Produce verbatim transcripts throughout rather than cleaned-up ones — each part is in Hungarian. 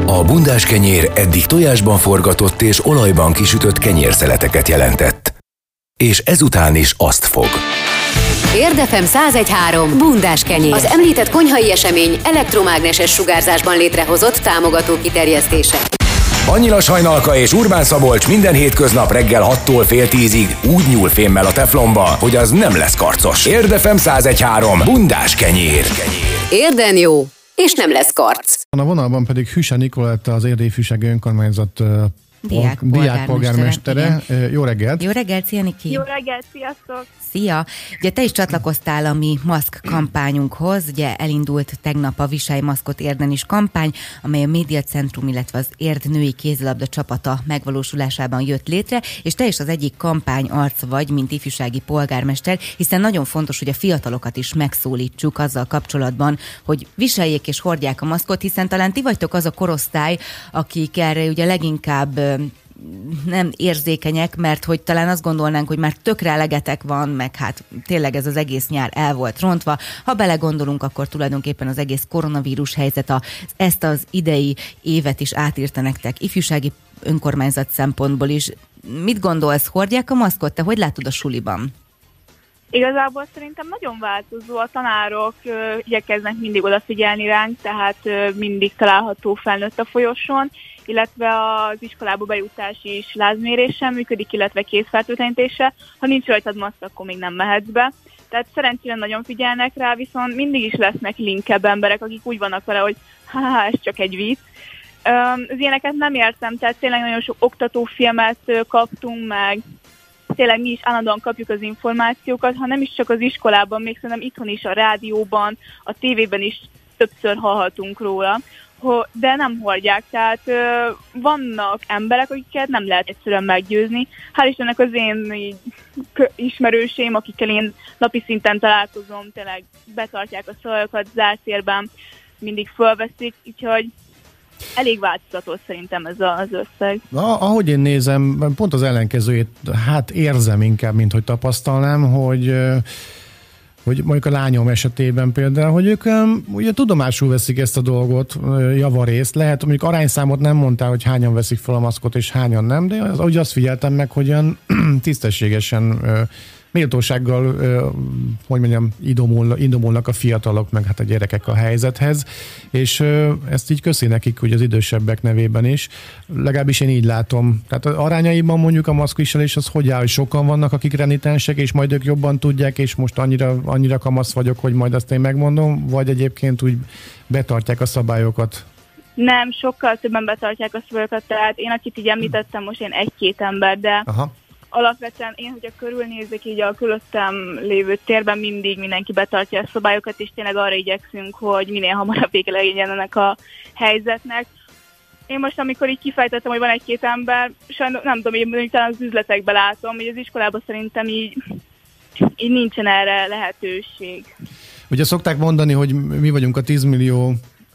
A bundás kenyér eddig tojásban forgatott és olajban kisütött kenyérszeleteket jelentett. És ezután is azt fog. Érdefem száz egy három bundás kenyér. Az említett konyhai esemény elektromágneses sugárzásban létrehozott támogató kiterjesztése. Annyila Sajnalka és Urbán Szabolcs minden hétköznap reggel hattól fél tízig úgy nyúl fémmel a teflonba, hogy az nem lesz karcos. Érdefem száz egy három bundás kenyér. Érden jó, és nem lesz karc. A vonalban pedig Hüse Nikoletta, az Erdélyi Fűsági Önkormányzat diákpolgármestere. Jó reggelt! Jó reggelt, szia Niki! Jó reggelt, sziasztok! Szia! Ugye te is csatlakoztál a mi maszk kampányunkhoz, ugye elindult tegnap a Viselj maszkot Érden is kampány, amely a Médiacentrum, illetve az Érd női kézilabda csapata megvalósulásában jött létre, és te is az egyik kampány arc vagy, mint ifjúsági polgármester, hiszen nagyon fontos, hogy a fiatalokat is megszólítsuk azzal kapcsolatban, hogy viseljék és hordják a maszkot, hiszen talán ti vagytok az a korosztály, akik erre ugye leginkább nem érzékenyek, mert hogy talán azt gondolnánk, hogy már tökre elegetek van, meg hát tényleg ez az egész nyár el volt rontva. Ha belegondolunk, akkor tulajdonképpen az egész koronavírus helyzet a, ezt az idei évet is átírta nektek ifjúsági önkormányzat szempontból is. Mit gondolsz, hordják a maszkot? Te hogy látod a suliban? Igazából szerintem nagyon változó, a tanárok ö, igyekeznek mindig odafigyelni ránk, tehát ö, mindig található felnőtt a folyosón, illetve az iskolába bejutás is lázmérésen működik, illetve kézfertőtlenítése. Ha nincs rajtad maszk, akkor még nem mehetsz be. Tehát szerencsére nagyon figyelnek rá, viszont mindig is lesznek linkebb emberek, akik úgy vannak vele, hogy ha ez csak egy vicc. Ö, az ilyeneket nem értem, tehát tényleg nagyon sok oktatófilmet ö, kaptunk meg, tényleg mi is állandóan kapjuk az információkat, ha nem is csak az iskolában, még szerintem itthon is, a rádióban, a tévében is többször hallhatunk róla, de nem hordják, tehát ö, vannak emberek, akiket nem lehet egyszerűen meggyőzni. Hál' Istennek az én így, ismerőseim, akikkel én napi szinten találkozom, tényleg betartják a szavakat, zártérben mindig fölveszik, úgyhogy elég változatos szerintem ez az összeg. Na, ahogy én nézem, pont az ellenkezőjét, hát érzem inkább, mint hogy tapasztalnám, hogy, hogy mondjuk a lányom esetében például, hogy ők ugye tudomásul veszik ezt a dolgot javarészt. Lehet, mondjuk arányszámot nem mondtál, hogy hányan veszik fel a maszkot és hányan nem, de az, ahogy azt figyeltem meg, hogy olyan tisztességesen méltósággal, hogy mondjam, idomul, idomulnak a fiatalok, meg hát a gyerekek a helyzethez, és ezt így köszi nekik, hogy az idősebbek nevében is. Legalábbis én így látom. Tehát arányaiban mondjuk a maszkviselés az hogy áll, hogy sokan vannak, akik renitensek, és majd ők jobban tudják, és most annyira, annyira kamasz vagyok, hogy majd azt én megmondom, vagy egyébként úgy betartják a szabályokat? Nem, sokkal többen betartják a szabályokat, tehát én, akit így említettem, most én egy-két ember, de Aha. alapvetően én, hogyha körülnézek így a körülöttem lévő térben, mindig mindenki betartja a szabályokat, és tényleg arra igyekszünk, hogy minél hamarabb vége legyen ennek a helyzetnek. Én most, amikor így kifejtettem, hogy van egy-két ember, sajnos nem tudom, én talán az üzletekben látom, hogy az iskolában szerintem így, így nincsen erre lehetőség. Ugye szokták mondani, hogy mi vagyunk a tíz millió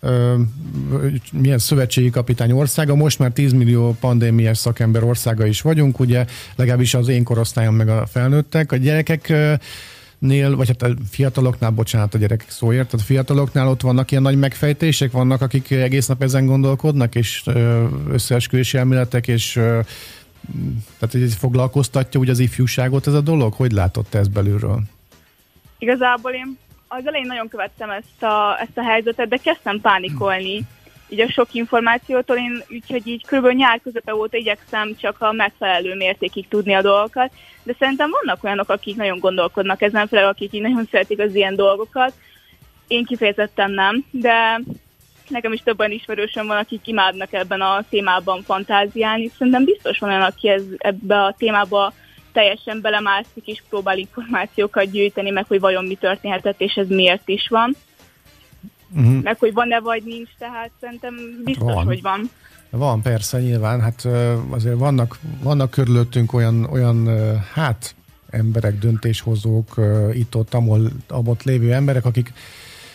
milyen szövetségi kapitány országa, most már tíz millió pandémiás szakember országa is vagyunk, ugye legalábbis az én korosztályom meg a felnőttek, a gyerekeknél, vagy hát a fiataloknál, bocsánat a gyerekek szóért, tehát a fiataloknál ott vannak ilyen nagy megfejtések, vannak, akik egész nap ezen gondolkodnak, és összeesküvési elméletek, és tehát ez foglalkoztatja úgy az ifjúságot ez a dolog? Hogy látod te ezt belülről? Igazából én az elején nagyon követtem ezt a, ezt a helyzetet, de kezdtem pánikolni így a sok információtól, én úgyhogy így kb. Nyár közepe óta igyekszem csak a megfelelő mértékig tudni a dolgokat, de szerintem vannak olyanok, akik nagyon gondolkodnak ezen, főleg akik így nagyon szeretik az ilyen dolgokat. Én kifejezetten nem, de nekem is többen ismerősöm van, akik imádnak ebben a témában fantáziálni. Szerintem biztos van olyan, aki ez, ebbe a témába teljesen belemászik és próbál információkat gyűjteni, meg hogy vajon mi történhetett, és ez miért is van. Uh-huh. Meg hogy van-e vagy nincs, tehát szerintem biztos, van. hogy van. Van, persze, nyilván. Hát azért vannak, vannak körülöttünk olyan, olyan hát emberek, döntéshozók, itt-ott, amott lévő emberek, akik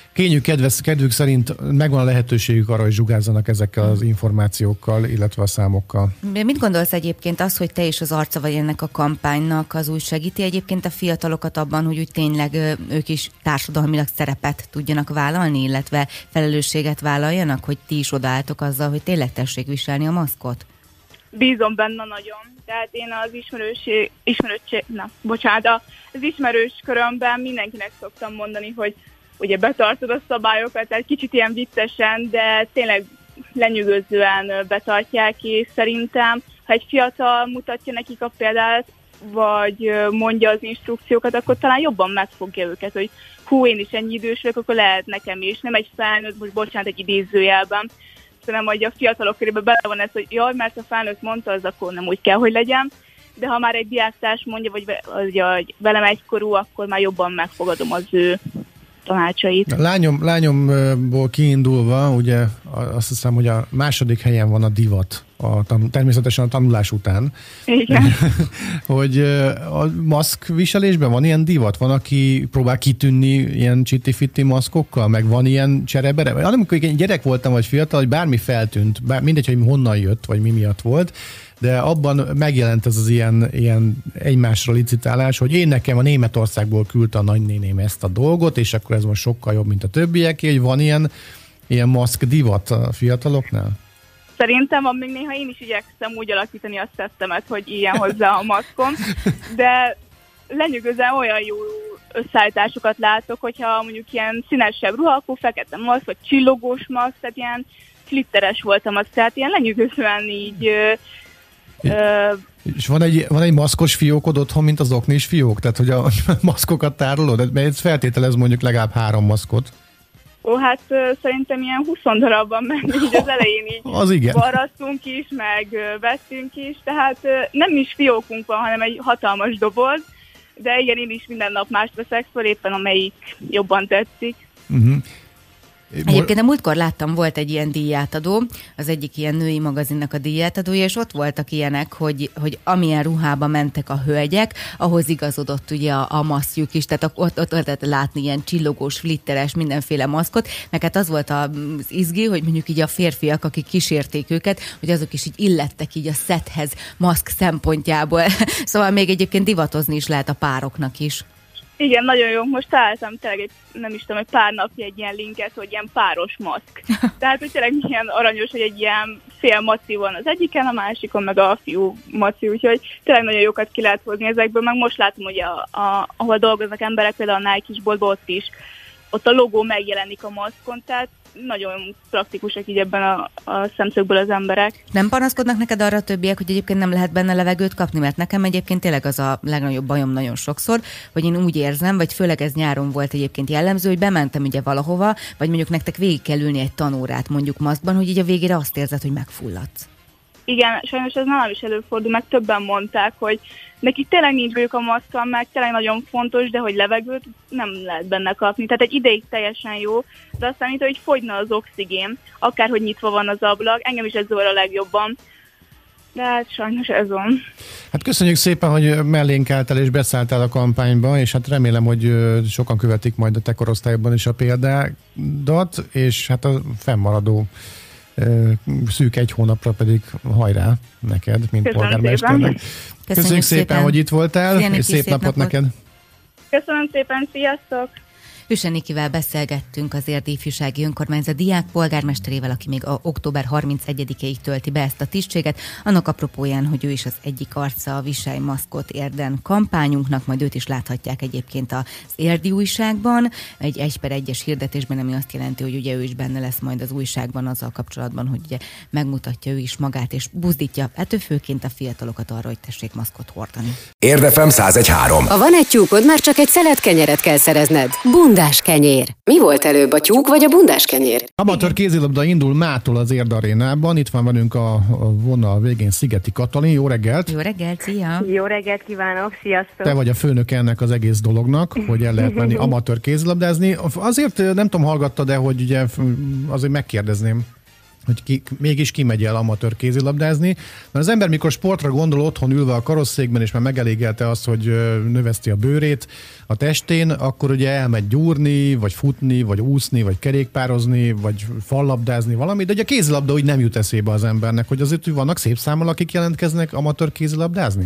kényük kedvesz, kedvük szerint megvan a lehetőségük arra, hogy zsugázzanak ezekkel az információkkal, illetve a számokkal. Mit gondolsz egyébként az, hogy te is az arca vagy ennek a kampánynak, az úgy segíti egyébként a fiatalokat abban, hogy úgy tényleg ők is társadalmilag szerepet tudjanak vállalni, illetve felelősséget vállaljanak, hogy ti is odaálltok azzal, hogy tényleg tessék viselni a maszkot? Bízom benne nagyon. Tehát én az ismerőség, ismerőség, na, bocsánat, az ismerős körömben mindenkinek szoktam mondani, hogy ugye betartod a szabályokat, tehát kicsit ilyen viccesen, de tényleg lenyűgözően betartják, és szerintem, ha egy fiatal mutatja nekik a példát, vagy mondja az instrukciókat, akkor talán jobban megfogja őket, hogy hú, én is ennyi idős vagyok, akkor lehet nekem is. Nem egy felnőtt, most bocsánat, egy idézőjelben. Szerintem, hogy a fiatalok körében bele van ez, hogy jaj, mert a felnőtt mondta, az akkor nem úgy kell, hogy legyen. De ha már egy diáktárs mondja, vagy velem egykorú, akkor már jobban megfogadom az ő tanácsait. Lányom, lányomból kiindulva, ugye azt hiszem, hogy a második helyen van a divat, a tan- természetesen a tanulás után. Igen. Hogy a maszk viselésben van ilyen divat? Van, aki próbál kitűnni ilyen csitti-fitti maszkokkal? Meg van ilyen cserebere? Vagy amikor én gyerek voltam, vagy fiatal, hogy bármi feltűnt, bár, mindegy, hogy honnan jött, vagy mi miatt volt, de abban megjelent ez az ilyen, ilyen egymásra licitálás, hogy én nekem a Németországból küldte a nagynéném ezt a dolgot, és akkor ez most sokkal jobb, mint a többieké, hogy van ilyen, ilyen maszk divat a fiataloknál? Szerintem van, még néha én is igyekszem úgy alakítani a szettemet, hogy ilyen hozzá a maszkom, de lenyűgözően olyan jó összeállításokat látok, hogyha mondjuk ilyen színesebb ruha, akkor fekete maszk, vagy csillogós maszk, tehát ilyen glitteres voltam az, tehát ilyen lenyűgözően így... Ö, és van egy, van egy maszkos fiókod otthon, mint az oknis fiók? Tehát, hogy a maszkokat tárolod? Mert ez feltételez mondjuk legalább három maszkot. Ó, hát uh, szerintem ilyen húsz darabban menni, így az elején így az igen. varrasztunk is, meg uh, vettünk is, tehát uh, nem is fiókunk van, hanem egy hatalmas doboz, de igen, én is minden nap mást veszek fel, éppen amelyik jobban tetszik. Uh-huh. Egyébként a múltkor láttam, volt egy ilyen díjátadó, az egyik ilyen női magazinnak a díjátadója, és ott voltak ilyenek, hogy, hogy amilyen ruhába mentek a hölgyek, ahhoz igazodott ugye a, a maszkjuk is, tehát ott, ott lehetett látni ilyen csillogós, flitteres, mindenféle maszkot, meg hát az volt az izgi, hogy mondjuk így a férfiak, akik kísérték őket, hogy azok is így illettek így a szethez maszk szempontjából. Szóval még egyébként divatozni is lehet a pároknak is. Igen, nagyon jó. Most találtam tényleg egy, nem is tudom, egy pár napja egy ilyen linket, hogy ilyen páros maszk. Tehát, hogy tényleg milyen aranyos, hogy egy ilyen fél maci van az egyiken, a másikon meg a fiú maci, úgyhogy tényleg nagyon jókat ki lehet hozni ezekből, meg most látom, hogy a, a, ahol dolgoznak emberek, például a Nike is boltban, ott is, ott a logó megjelenik a maszkon, tehát nagyon praktikusak így ebben a, a szemszögből az emberek. Nem panaszkodnak neked arra a többiek, hogy egyébként nem lehet benne levegőt kapni? Mert nekem egyébként tényleg az a legnagyobb bajom nagyon sokszor, hogy én úgy érzem, vagy főleg ez nyáron volt egyébként jellemző, hogy bementem ugye valahova, vagy mondjuk nektek végig kell ülni egy tanórát mondjuk maszkban, hogy így a végére azt érzed, hogy megfulladsz. Igen, sajnos ez nálam is előfordul, meg többen mondták, hogy nekik tényleg nincs bajjuk a maszkkal, meg tényleg nagyon fontos, de hogy levegőt nem lehet benne kapni. Tehát egy ideig teljesen jó, de aztán mint, hogy fogyna az oxigén, akárhogy nyitva van az ablak, engem is ez zavar a legjobban. De hát sajnos ez van. Hát köszönjük szépen, hogy mellénk álltál és beszálltál a kampányba, és hát remélem, hogy sokan követik majd a te korosztályban is a példádat, és hát a fennmaradó szűk egy hónapra pedig hajrá neked, mint Köszönöm polgármesternek. Szépen. Köszönjük, Köszönjük szépen, szépen, hogy itt voltál, Szia, és szép, szép napot, napot neked. Köszönöm szépen, sziasztok! Hüse Nikivel beszélgettünk az Érd Ifjúsági Önkormányzat diák polgármesterével, aki még a október harmincegyedikéig tölti be ezt a tisztséget. Annak apropóján, hogy ő is az egyik arca a Viselj maszkot Érden kampányunknak, majd őt is láthatják egyébként az Érdi újságban, egy egy per egyes hirdetésben, ami azt jelenti, hogy ugye ő is benne lesz majd az újságban azzal kapcsolatban, hogy ugye megmutatja ő is magát, és buzdítja ettől főként a fiatalokat arra, hogy tessék maszkot hordani. Érd ef em száz egy három. Ha van egy tyúkod, már csak egy szelet kenyeret kell szerezned. Bundás kenyér. Mi volt előbb, a tyúk vagy a bundás kenyér? Amatőr kézilabda indul mától az Érd arénában. Itt van velünk a, a vonal végén Szigeti Katalin. Jó reggelt! Jó reggelt, szia! Jó reggelt kívánok, sziasztok! Te vagy a főnök ennek az egész dolognak, hogy el lehet menni amatőr kézilabdázni. Azért nem tudom, hallgattad, de hogy ugye azért megkérdezném. hogy ki, mégis kimegy el amatőr kézilabdázni. Mert az ember, mikor sportra gondol otthon ülve a karosszékben, és már megelégelte azt, hogy növeszti a bőrét a testén, akkor ugye elmegy gyúrni, vagy futni, vagy úszni, vagy kerékpározni, vagy fallabdázni valami, de ugye a kézilabda úgy nem jut eszébe az embernek, hogy azért hogy vannak szép számmal, akik jelentkeznek amatőr kézilabdázni?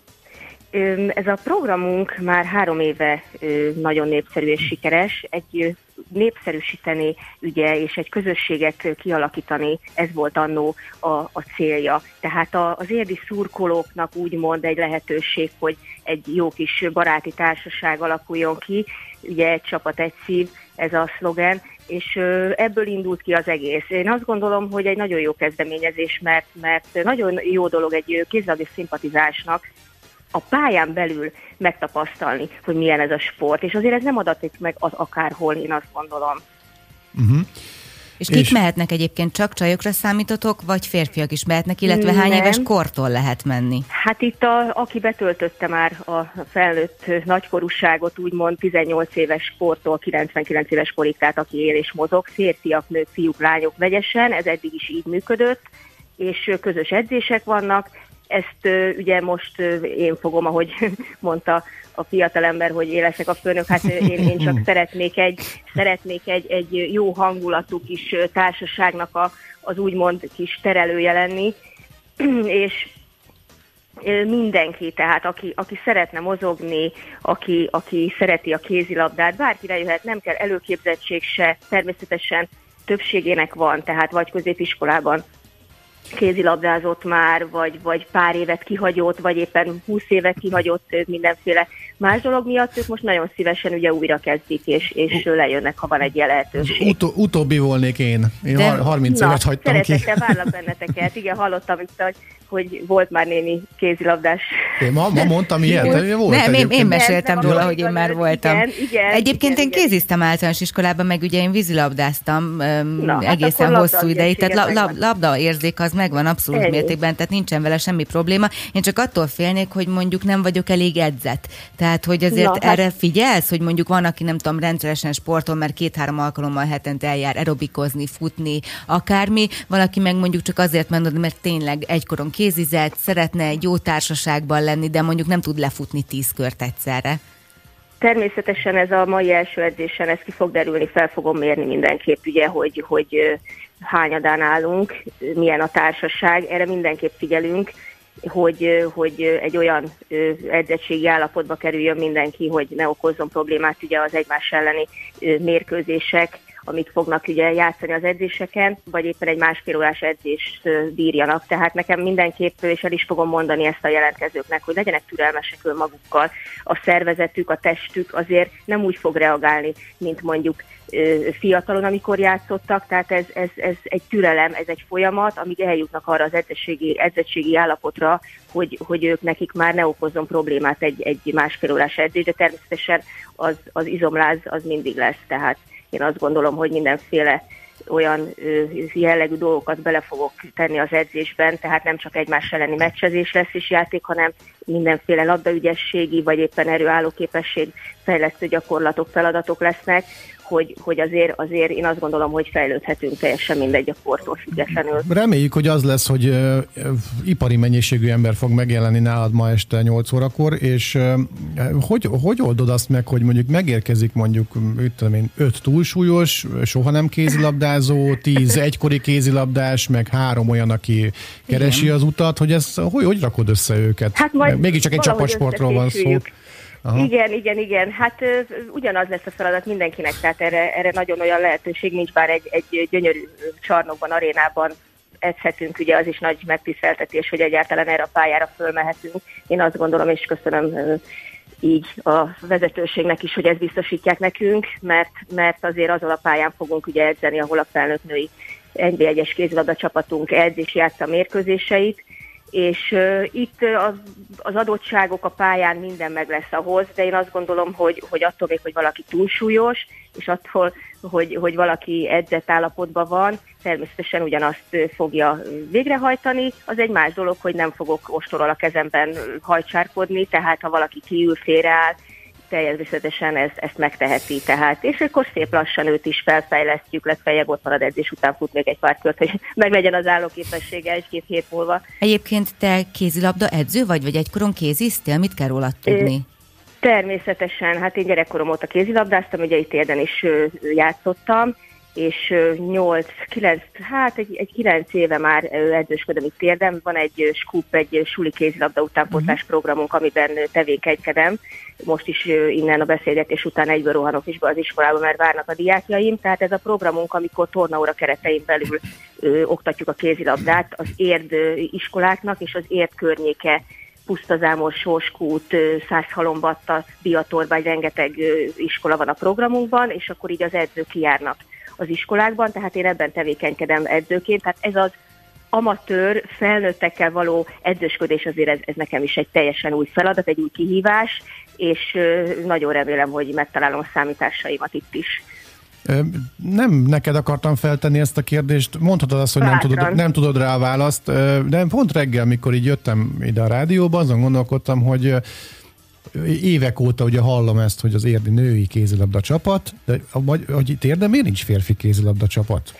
Ez a programunk már három éve nagyon népszerű és sikeres. Egy népszerűsíteni ugye, és egy közösséget kialakítani, ez volt annó a, a célja. Tehát a, az érdi szurkolóknak úgymond egy lehetőség, hogy egy jó kis baráti társaság alakuljon ki. Ugye egy csapat, egy szív, ez a szlogen, és ebből indult ki az egész. Én azt gondolom, hogy egy nagyon jó kezdeményezés, mert, mert nagyon jó dolog egy kézilabda szimpatizásnak a pályán belül megtapasztalni, hogy milyen ez a sport, és azért ez nem adatik meg az akárhol, én azt gondolom. Uh-huh. És kik és... mehetnek egyébként, csak csajokra számítotok, vagy férfiak is mehetnek, illetve hány nem. éves kortól lehet menni? Hát itt, a, aki betöltötte már a felnőtt nagykorúságot, úgymond tizennyolc éves kortól kilencvenkilenc éves korig, tehát aki él és mozog, férfiak, nők, fiúk, lányok vegyesen, ez eddig is így működött, és közös edzések vannak. Ezt ugye most én fogom, ahogy mondta a fiatalember, hogy én leszek a főnök, hát én, én csak szeretnék egy, szeretnék egy, egy jó hangulatú kis társaságnak a, az úgymond kis terelője lenni, és mindenki, tehát aki, aki szeretne mozogni, aki, aki szereti a kézilabdát, bárkire jöhet, nem kell előképzettség se, természetesen többségének van, tehát vagy középiskolában kézilabdázott már, vagy, vagy pár évet kihagyott, vagy éppen húsz évet kihagyott mindenféle más dolog miatt, ők most nagyon szívesen ugye újra kezdik, és, és lejönnek, ha van egy ilyen lehetőség. Ut- utóbbi volnék én. Én De, harminc na, évet hagytam ki. Szeretettel várlak benneteket. Igen, hallottam itt, hogy, hogy volt már némi kézilabdás. Én ma, ma mondtam ilyet? Volt nem, én, én meséltem nem, róla, nem, hogy én már voltam. Igen, igen, Egyébként igen, én kéziztem általános iskolában, meg ugye én vízilabdáztam na, egészen hát hosszú ideig, tehát lab, lab, labdaérzék az megvan abszolút Ennyi. mértékben, tehát nincsen vele semmi probléma. Én csak attól félnék, hogy mondjuk nem vagyok elég edzett. Tehát, hogy azért na, erre hát... figyelsz, hogy mondjuk van, aki nem tudom, rendszeresen sportol, mert két-három alkalommal hetente eljár aerobikozni, futni, akármi, valaki meg mondjuk csak azért mondod, mert tényleg egykoron kézizett, szeretne egy jó társaságban lenni, de mondjuk nem tud lefutni tíz kört egyszerre. Természetesen ez a mai első edzésen, ez ki fog derülni, fel fogom mérni mindenképp, ugye, hogy, hogy hányadán állunk, milyen a társaság, erre mindenképp figyelünk, hogy, hogy egy olyan edzettségi állapotba kerüljön mindenki, hogy ne okozzon problémát ugye az egymás elleni mérkőzések, amik fognak ugye játszani az edzéseken, vagy éppen egy másfél órás edzést bírjanak. Tehát nekem mindenképp, és el is fogom mondani ezt a jelentkezőknek, hogy legyenek türelmesek önmagukkal. A szervezetük, a testük azért nem úgy fog reagálni, mint mondjuk fiatalon, amikor játszottak, tehát ez, ez, ez egy türelem, ez egy folyamat, amíg eljutnak arra az edzettségi, edzettségi állapotra, hogy, hogy ők nekik már ne okozzon problémát egy, egy másfél órás edzés, de természetesen az, az izomláz az mindig lesz, tehát én azt gondolom, hogy mindenféle olyan jellegű dolgokat bele fogok tenni az edzésben, tehát nem csak egymás elleni meccsezés lesz is játék, hanem mindenféle labdaügyességi, vagy éppen erőállóképesség fejlesztő gyakorlatok, feladatok lesznek, hogy, hogy azért, azért én azt gondolom, hogy fejlődhetünk teljesen mindegy a sporttól függetlenül. Reméljük, hogy az lesz, hogy uh, ipari mennyiségű ember fog megjelenni nálad ma este nyolc órakor, és uh, hogy, hogy oldod azt meg, hogy mondjuk megérkezik mondjuk tudom én, öt túlsúlyos, soha nem kézilabdázó, tíz egykori kézilabdás, meg három olyan, aki keresi Igen. az utat, hogy ez, hogy, hogy rakod össze őket? Hát mégiscsak egy csapatsportról van szó. Aha. Igen, igen, igen. Hát ö, ugyanaz lesz a feladat mindenkinek, tehát erre, erre nagyon olyan lehetőség nincs, bár egy, egy gyönyörű csarnokban, arénában edzhetünk, ugye az is nagy megtiszteltetés, hogy egyáltalán erre a pályára fölmehetünk. Én azt gondolom, és köszönöm ö, így a vezetőségnek is, hogy ezt biztosítják nekünk, mert, mert azért azon a pályán fogunk ugye edzeni, ahol a felnőtt női en bé egyes kézilabda csapatunk edz és játsza mérkőzéseit, és uh, itt az, az adottságok a pályán minden meg lesz ahhoz, de én azt gondolom, hogy, hogy attól még, hogy valaki túlsúlyos, és attól, hogy, hogy valaki edzett állapotban van, természetesen ugyanazt fogja végrehajtani. Az egy más dolog, hogy nem fogok ostorral a kezemben hajcsárkodni, tehát ha valaki kiül, félreáll, természetesen ezt, ezt megteheti. Tehát, és akkor szép lassan őt is felfejlesztjük, legfeljebb ott marad edzés után, fut még egy pár kört, hogy meglegyen az állóképessége egy-két hét múlva. Egyébként te kézilabda edző vagy, vagy egykoron kéziztél? Mit kell róla tudni? Természetesen, hát én gyerekkorom óta kézilabdáztam, ugye itt Érden is játszottam, és nyolc kilenc hát egy, egy kilenc éve már edzősködöm itt Érden. Van egy Scoop, egy suli kézilabda utánpótlás programunk, amiben tevékenykedem. Most is innen a beszélgetés után egyből rohanok is be az iskolába, mert várnak a diákjaim. Tehát ez a programunk, amikor tornaóra keretein belül ö, oktatjuk a kézilabdát az Érd iskoláknak, és az Érd környéke, Pusztazámor, Sorskút, Szászhalombatta, Biatorban, rengeteg iskola van a programunkban, és akkor így az edzők kijárnak az iskolákban, tehát én ebben tevékenykedem edzőként, tehát ez az amatőr felnőttekkel való edzősködés azért ez, ez nekem is egy teljesen új feladat, egy új kihívás, és nagyon remélem, hogy megtalálom a számításaimat itt is. Nem neked akartam feltenni ezt a kérdést, mondhatod azt, hogy nem tudod, nem tudod rá a választ, de pont reggel, mikor így jöttem ide a rádióba, azon gondolkodtam, hogy évek óta ugye hallom ezt, hogy az érdi női kézilabda csapat, de hogy itt Érden miért nincs férfi kézilabda csapat?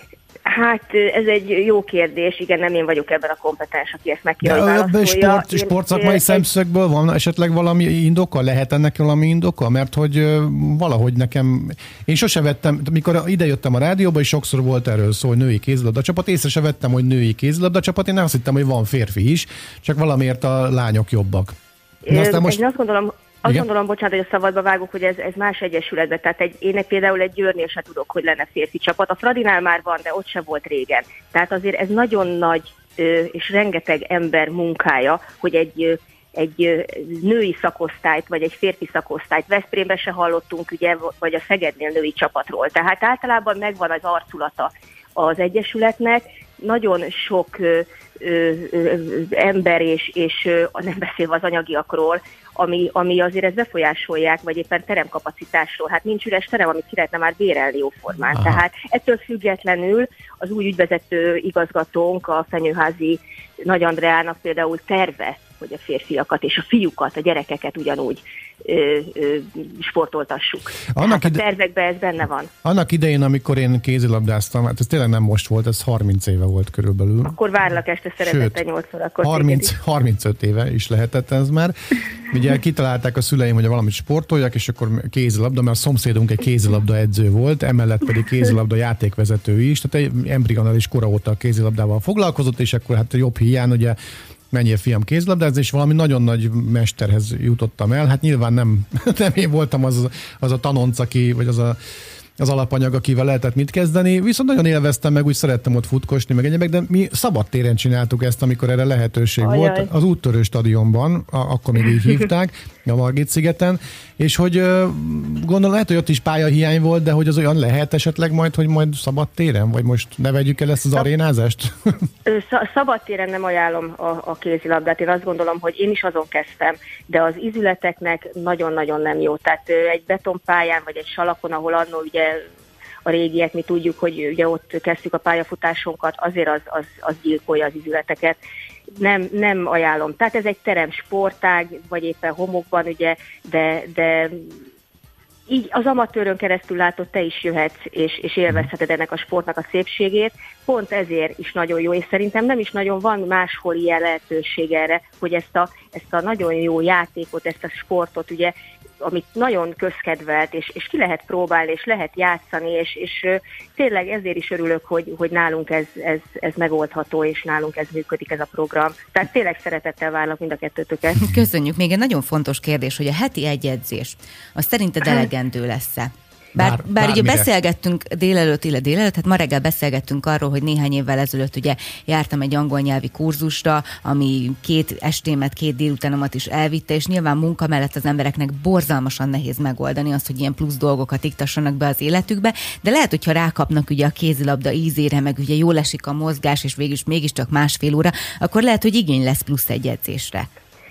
Hát ez egy jó kérdés, igen, nem én vagyok ebben a kompetens, aki ezt meg kell, hogy válaszolja. Sport, sportszakmai szemszögből van esetleg valami indoka? Lehet ennek valami indoka? Mert hogy valahogy nekem, én sose vettem, mikor idejöttem a rádióba, és sokszor volt erről szó, hogy női kézilabda csapat, észre se vettem, hogy női kézilabda csapat, én azt hittem, hogy van férfi is, csak valamiért a lányok jobbak. Aztán most... Én azt gondolom, Azt Igen? gondolom, bocsánat, hogy a szabadba vágok, hogy ez, ez más egyesületben. Tehát egy, én például egy Győrnél se tudok, hogy lenne férfi csapat. A Fradinál már van, de ott se volt régen. Tehát azért ez nagyon nagy ö, és rengeteg ember munkája, hogy egy, ö, egy ö, női szakosztályt, vagy egy férfi szakosztályt. Veszprémben se hallottunk, ugye, vagy a Szegednél női csapatról. Tehát általában megvan az arculata az egyesületnek. Nagyon sok ö, ö, ö, ember, és, és ö, nem beszélve az anyagiakról, Ami, ami azért ezt befolyásolják, vagy éppen teremkapacitásról. Hát nincs üres terem, amit ki lehetne már bérelni jóformán. Aha. Tehát ettől függetlenül az új ügyvezető igazgatónk, a Fenyőházi Nagy Andreának például terve, hogy a férfiakat és a fiúkat, a gyerekeket ugyanúgy ö, ö, sportoltassuk. Hát ide... a tervekben ez benne van. Annak idején, amikor én kézilabdáztam, hát ez tényleg nem most volt, ez harminc éve volt körülbelül. Akkor várlak este szeretettel nyolc órakor. harminc, harmincöt éve is lehetett ez már. Ugye kitalálták a szüleim, hogy valamit sportoljak, és akkor kézilabda, mert a szomszédunk egy kézilabda edző volt, emellett pedig kézilabda játékvezető is, tehát egy embrionális kora óta a kézilabdával foglalkozott, és akkor hát jobb hiány, ugye menjél fiam kézilabdázni, és valami nagyon nagy mesterhez jutottam el. Hát nyilván nem, nem én voltam az, az a tanonc, aki, vagy az a az alapanyag, akivel lehetett mit kezdeni, viszont nagyon élveztem, meg úgy szerettem ott futkosni, meg egyébként, de mi szabadtéren csináltuk ezt, amikor erre lehetőség Ajaj. volt, az Úttörő stadionban, a, akkor még így hívták, a Margit-szigeten, és hogy gondolom, lehet, hogy ott is pályahiány volt, de hogy az olyan lehet esetleg majd, hogy majd szabadtéren, vagy most ne vegyük el ezt az Szab- arénázást? Szabadtéren nem ajánlom a, a kézilabdát, én azt gondolom, hogy én is azon kezdtem, de az ízületeknek nagyon-nagyon nem jó. Tehát egy betonpályán, vagy egy salakon, ahol annól ugye a régiek, mi tudjuk, hogy ugye ott kezdtük a pályafutásunkat, azért az, az, az gyilkolja az ízületeket. Nem, nem ajánlom. Tehát ez egy terem sportág, vagy éppen homokban, ugye, de, de így az amatőrön keresztül látod, te is jöhetsz, és, és élvezheted ennek a sportnak a szépségét. Pont ezért is nagyon jó, és szerintem nem is nagyon van máshol ilyen lehetőség erre, hogy ezt a, ezt a nagyon jó játékot, ezt a sportot, ugye, amit nagyon közkedvelt, és, és ki lehet próbálni, és lehet játszani, és, és tényleg ezért is örülök, hogy, hogy nálunk ez, ez, ez megoldható, és nálunk ez működik, ez a program. Tehát tényleg szeretettel várlak mind a kettőtöket. Köszönjük. Még egy nagyon fontos kérdés, hogy a heti egy edzés, az szerinted elegendő lesz-e? Bár, bár, bár ugye beszélgettünk délelőtt, illetve délelőtt, hát ma reggel beszélgettünk arról, hogy néhány évvel ezelőtt ugye jártam egy angol nyelvi kurzusra, ami két estémet, két délutánomat is elvitte, és nyilván munka mellett az embereknek borzalmasan nehéz megoldani azt, hogy ilyen plusz dolgokat iktassanak be az életükbe, de lehet, hogyha rákapnak ugye a kézilabda ízére, meg ugye jól esik a mozgás, és végül mégiscsak másfél óra, akkor lehet, hogy igény lesz plusz egy edzésre.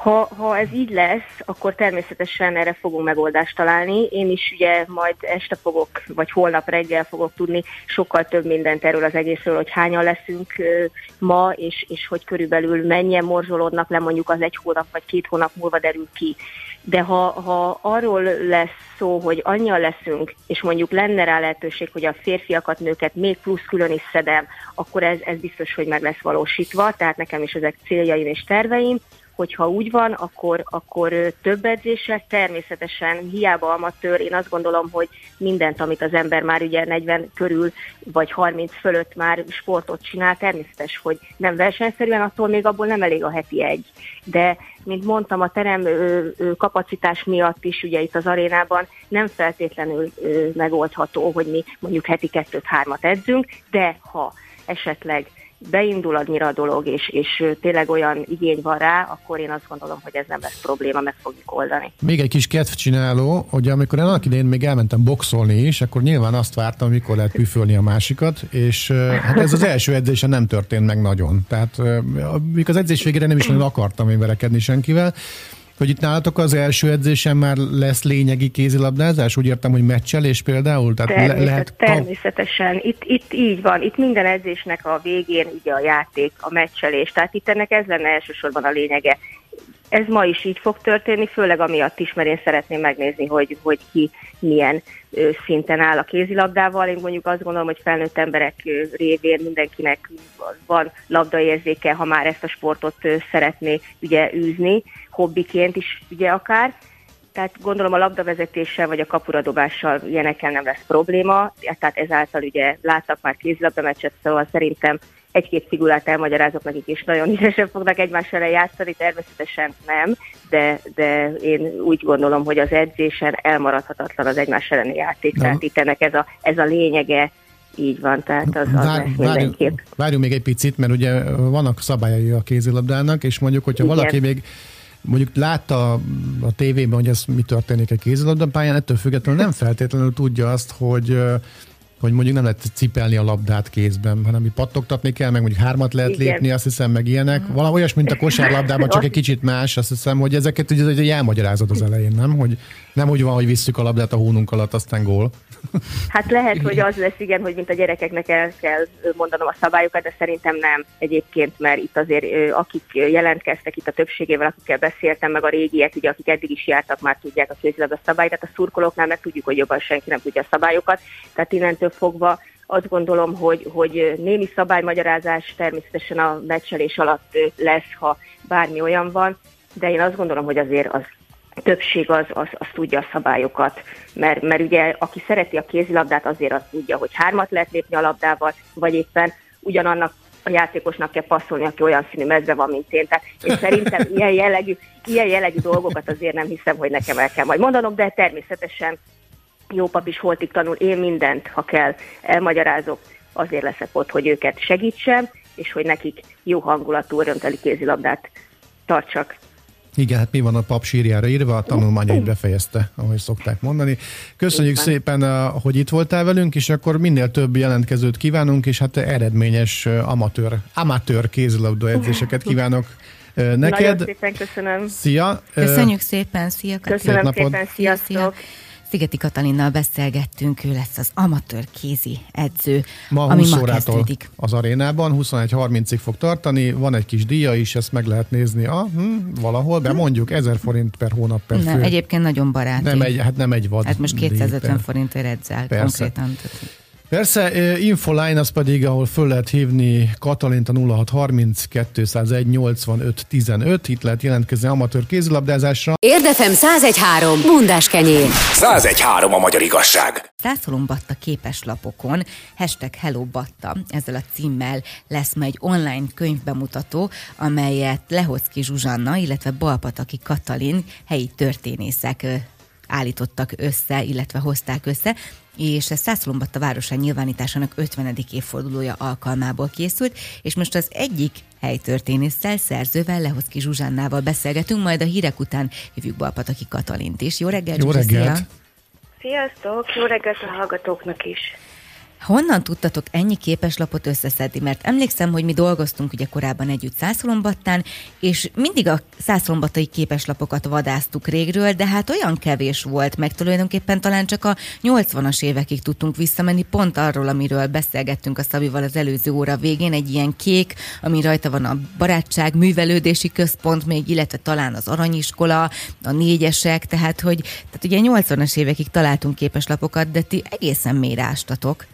Ha, ha ez így lesz, akkor természetesen erre fogunk megoldást találni. Én is ugye majd este fogok, vagy holnap reggel fogok tudni sokkal több mindent erről az egészről, hogy hányan leszünk ma, és, és hogy körülbelül mennyien morzsolódnak le, mondjuk az egy hónap vagy két hónap múlva derül ki. De ha, ha arról lesz szó, hogy annyian leszünk, és mondjuk lenne rá lehetőség, hogy a férfiakat, nőket még plusz külön is szedem, akkor ez, ez biztos, hogy meg lesz valósítva, tehát nekem is ezek céljaim és terveim. Hogyha úgy van, akkor, akkor több edzések, természetesen hiába amatőr, én azt gondolom, hogy mindent, amit az ember már ugye negyven körül, vagy harminc fölött már sportot csinál, természetes, hogy nem versenyszerűen, attól még abból nem elég a heti egy. De, mint mondtam, a terem ö, ö, kapacitás miatt is ugye itt az arénában nem feltétlenül ö, megoldható, hogy mi mondjuk heti kettőt-hármat edzünk, de ha esetleg beindul annyira a dolog, és, és tényleg olyan igény van rá, akkor én azt gondolom, hogy ez nem lesz probléma, meg fogjuk oldani. Még egy kis kedvcsináló, hogy amikor én annak idején még elmentem boxolni is, akkor nyilván azt vártam, mikor lehet püfölni a másikat, és hát ez az első edzésen nem történt meg nagyon. Tehát mikor az edzés végére nem is nagyon akartam én verekedni senkivel, hogy itt nálatok az első edzésen már lesz lényegi kézilabdázás? Úgy értem, hogy meccselés például? Tehát Természet, le- lehet... Természetesen. Itt, itt így van. Itt minden edzésnek a végén ugye a játék, a meccselés. Tehát itt ennek ez lenne elsősorban a lényege. Ez ma is így fog történni, főleg amiatt is, mert én szeretném megnézni, hogy, hogy ki milyen ö, szinten áll a kézilabdával. Én mondjuk azt gondolom, hogy felnőtt emberek ö, révén mindenkinek van labdaérzéke, ha már ezt a sportot ö, szeretné ugye űzni, hobbiként is ugye akár. Tehát gondolom a labdavezetéssel vagy a kapuradobással ilyenekkel nem lesz probléma, tehát ezáltal ugye láttak már kézilabdameccset, szóval szerintem egy-két figurát elmagyarázok nekik, és nagyon ügyesen fognak egymás ellen játszani, természetesen nem, de, de én úgy gondolom, hogy az edzésen elmaradhatatlan az egymás elleni játék, tehát itt ennek ez a, ez a lényege, így van, tehát az, az Vár, lesz mindenképp. Várjunk még egy picit, mert ugye vannak szabályai a kézilabdának, és mondjuk, hogyha Igen. valaki még mondjuk látta a tévében, hogy ez mi történik a kézilabdapályán, ettől függetlenül nem feltétlenül tudja azt, hogy hogy mondjuk nem lehet cipelni a labdát kézben, hanem pattogtatni kell, meg mondjuk hármat lehet Igen. lépni, azt hiszem, meg ilyenek. Valami olyas, mint a kosárlabdában, csak egy kicsit más, azt hiszem, hogy ezeket ugye, ugye elmagyarázod az elején, nem? Hogy nem úgy van, hogy visszük a labdát a hónunk alatt, aztán gól. Hát lehet, hogy az lesz, igen, hogy mint a gyerekeknek el kell mondanom a szabályokat, de szerintem nem egyébként, mert itt azért akik jelentkeztek itt a többségével, akikkel beszéltem, meg a régiek, ugye, akik eddig is jártak, már tudják a kézilabda szabályt, tehát a szurkolóknál meg tudjuk, hogy jobban senki nem tudja a szabályokat, tehát innentől fogva azt gondolom, hogy, hogy némi szabálymagyarázás természetesen a meccselés alatt lesz, ha bármi olyan van, de én azt gondolom, hogy azért az többség az, az, az tudja a szabályokat, mert, mert ugye aki szereti a kézilabdát, azért azt tudja, hogy hármat lehet lépni a labdával, vagy éppen ugyanannak a játékosnak kell passzolni, aki olyan színű mezbe van, mint én. Tehát én szerintem ilyen jellegű, ilyen jellegű dolgokat azért nem hiszem, hogy nekem el kell majd mondanom, de természetesen jó pap is holtig tanul, én mindent, ha kell, elmagyarázok, azért leszek ott, hogy őket segítsem, és hogy nekik jó hangulatú, örömteli kézilabdát tartsak. Igen, hát mi van a pap sírjára írva, a tanulmányait befejezte, ahogy szokták mondani. Köszönjük szépen, hogy itt voltál velünk, és akkor minél több jelentkezőt kívánunk, és hát eredményes amatőr, amatőr kézilabda edzéseket kívánok neked. Nagyon szépen köszönöm. Szia! Köszönjük szépen, szia! Köszönöm szépen, sziasztok! Szia. Szigeti Katalinnal beszélgettünk, ő lesz az amatőr kézi edző, ma ami húsz ma órától kezdődik. Az arénában, huszonegy harmincig fog tartani, van egy kis díja is, ezt meg lehet nézni a, hm, valahol, bemondjuk, ezer forint per hónap per fő. Nem, egyébként nagyon baráti. Nem egy, hát nem egy vad. Hát most kétszázötven forintért edzel konkrétan. Persze, Infoline az pedig, ahol föl lehet hívni Katalint a nulla hat harminc kétszázegy nyolcvanöt tizenöt, itt lehet jelentkezni amatőr kézilabdázásra. Érdefem száz egy három Bundás kenyér. száz egy három a magyar igazság. Zászolom Batta képeslapokon, hashtag Hello Batta, ezzel a címmel lesz ma egy online könyvbemutató, amelyet Lehocki Zsuzsanna, illetve Balpataki Katalin helyi történészek állítottak össze, illetve hozták össze, és ez Zászlómbatta városán nyilvánításának ötvenedik évfordulója alkalmából készült, és most az egyik helytörténésszel, szerzővel, Lehocki Zsuzsannával beszélgetünk, majd a hírek után hívjuk Balpataki Katalint is. Jó reggelt! Jó reggelt! Sziasztok! Jó reggelt a hallgatóknak is! Honnan tudtatok ennyi képeslapot összeszedni? Mert emlékszem, hogy mi dolgoztunk ugye korábban együtt Szászhalombattán, és mindig a szászhalombattai képeslapokat vadásztuk régről, de hát olyan kevés volt, meg tulajdonképpen talán csak a nyolcvanas évekig tudtunk visszamenni, pont arról, amiről beszélgettünk a Szabival az előző óra végén, egy ilyen kék, ami rajta van a Barátság Művelődési Központ még, illetve talán az Aranyiskola, a négyesek, tehát hogy tehát ugye nyolcvanas évekig találtunk képeslapokat, de ti egészen mélyre ástatok.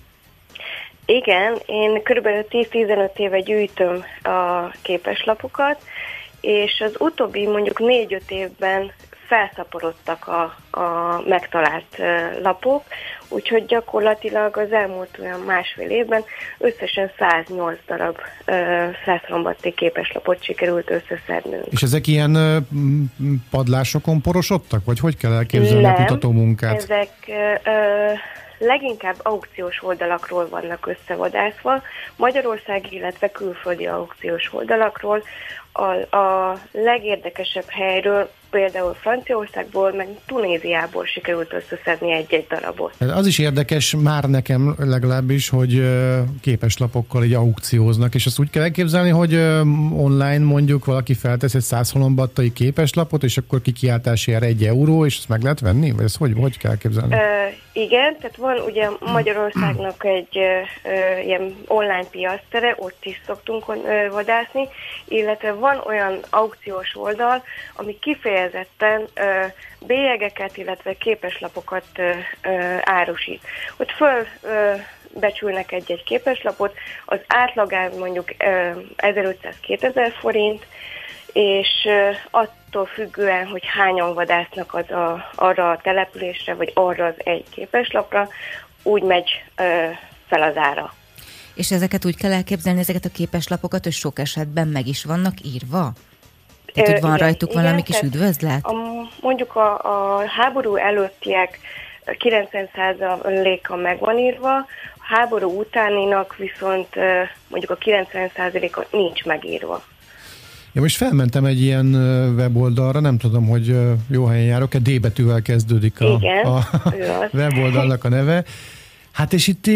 Igen, én körülbelül tíz-tizenöt éve gyűjtöm a képeslapokat, és az utóbbi mondjuk négy-öt évben felszaporodtak a, a megtalált uh, lapok, úgyhogy gyakorlatilag az elmúlt olyan másfél évben összesen száznyolc darab uh, szászhalombatti képeslapot sikerült összeszednünk. És ezek ilyen uh, padlásokon porosodtak, vagy hogy kell elképzelni Nem, a kutatómunkát? ezek uh, uh, leginkább aukciós oldalakról vannak összevadászva, Magyarország, illetve külföldi aukciós oldalakról. A, a legérdekesebb helyről, például Franciaországból, meg Tunéziából sikerült összeszedni egy-egy darabot. Az is érdekes már nekem legalábbis, hogy képeslapokkal így aukcióznak, és azt úgy kell elképzelni, hogy online mondjuk valaki feltesz egy szászhalombattai képeslapot, és akkor kikiáltási erre egy euró, és ezt meg lehet venni? Vagy ezt hogy, hogy kell elképzelni? Ö, igen, tehát van ugye Magyarországnak egy ö, ilyen online piactere, ott is szoktunk ö, vadászni, illetve van olyan aukciós oldal, ami kifejezetten ö, bélyegeket, illetve képeslapokat ö, ö, árusít. Ott föl ö, becsülnek egy-egy képeslapot, az átlagár mondjuk ezerötszáz-kétezer forint, és attól függően, hogy hányan vadásznak az a, arra a településre, vagy arra az egy képeslapra, úgy megy ö, fel az ára. És ezeket úgy kell elképzelni, ezeket a képeslapokat, hogy sok esetben meg is vannak írva? Tehát, hogy van igen, rajtuk igen, valami kis üdvözlet? A, mondjuk a, a háború előttiek kilencven százaléka meg van írva, a háború utáninak viszont mondjuk a kilencven százaléka nincs megírva. Én most felmentem egy ilyen weboldalra, nem tudom, hogy jó helyen járok-e, D betűvel kezdődik a, igen, a weboldalnak a neve. Hát és itt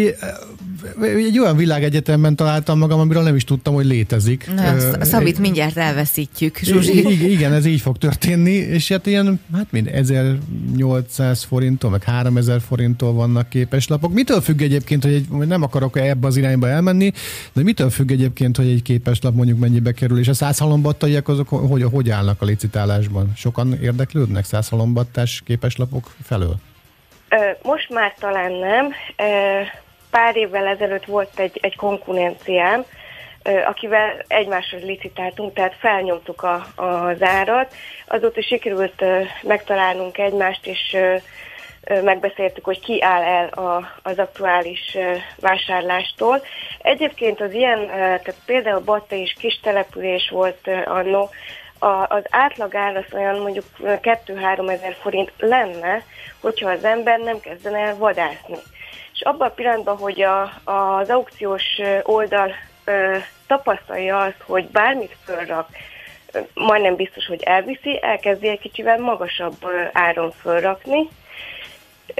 egy olyan világegyetemben találtam magam, amiről nem is tudtam, hogy létezik. Na, a Szabit mindjárt elveszítjük, Zsuzsi. Igen, ez így fog történni, és hát ilyen, hát mind ezernyolcszáz forinttól, meg háromezer forinttól vannak képeslapok. Mitől függ egyébként, hogy egy, nem akarok ebbe az irányba elmenni, de mitől függ egyébként, hogy egy képeslap mondjuk mennyibe kerül, és a szászhalombattaiak azok hogy, hogy állnak a licitálásban? Sokan érdeklődnek szászhalombattás képeslapok felől? Most már talán nem. Pár évvel ezelőtt volt egy, egy konkurenciám, akivel egymáshoz licitáltunk, tehát felnyomtuk a, az árat. Azóta sikerült megtalálnunk egymást, és megbeszéltük, hogy ki áll el a, az aktuális vásárlástól. Egyébként az ilyen, tehát például Batta is kis település volt anno, az átlagár az olyan mondjuk kettő-három ezer forint lenne, hogyha az ember nem kezdene el vadászni. És abban a pillanatban, hogy a, az aukciós oldal ö, tapasztalja azt, hogy bármit fölrak, ö, majdnem biztos, hogy elviszi, elkezdi egy kicsivel magasabb ö, áron fölrakni. Ö,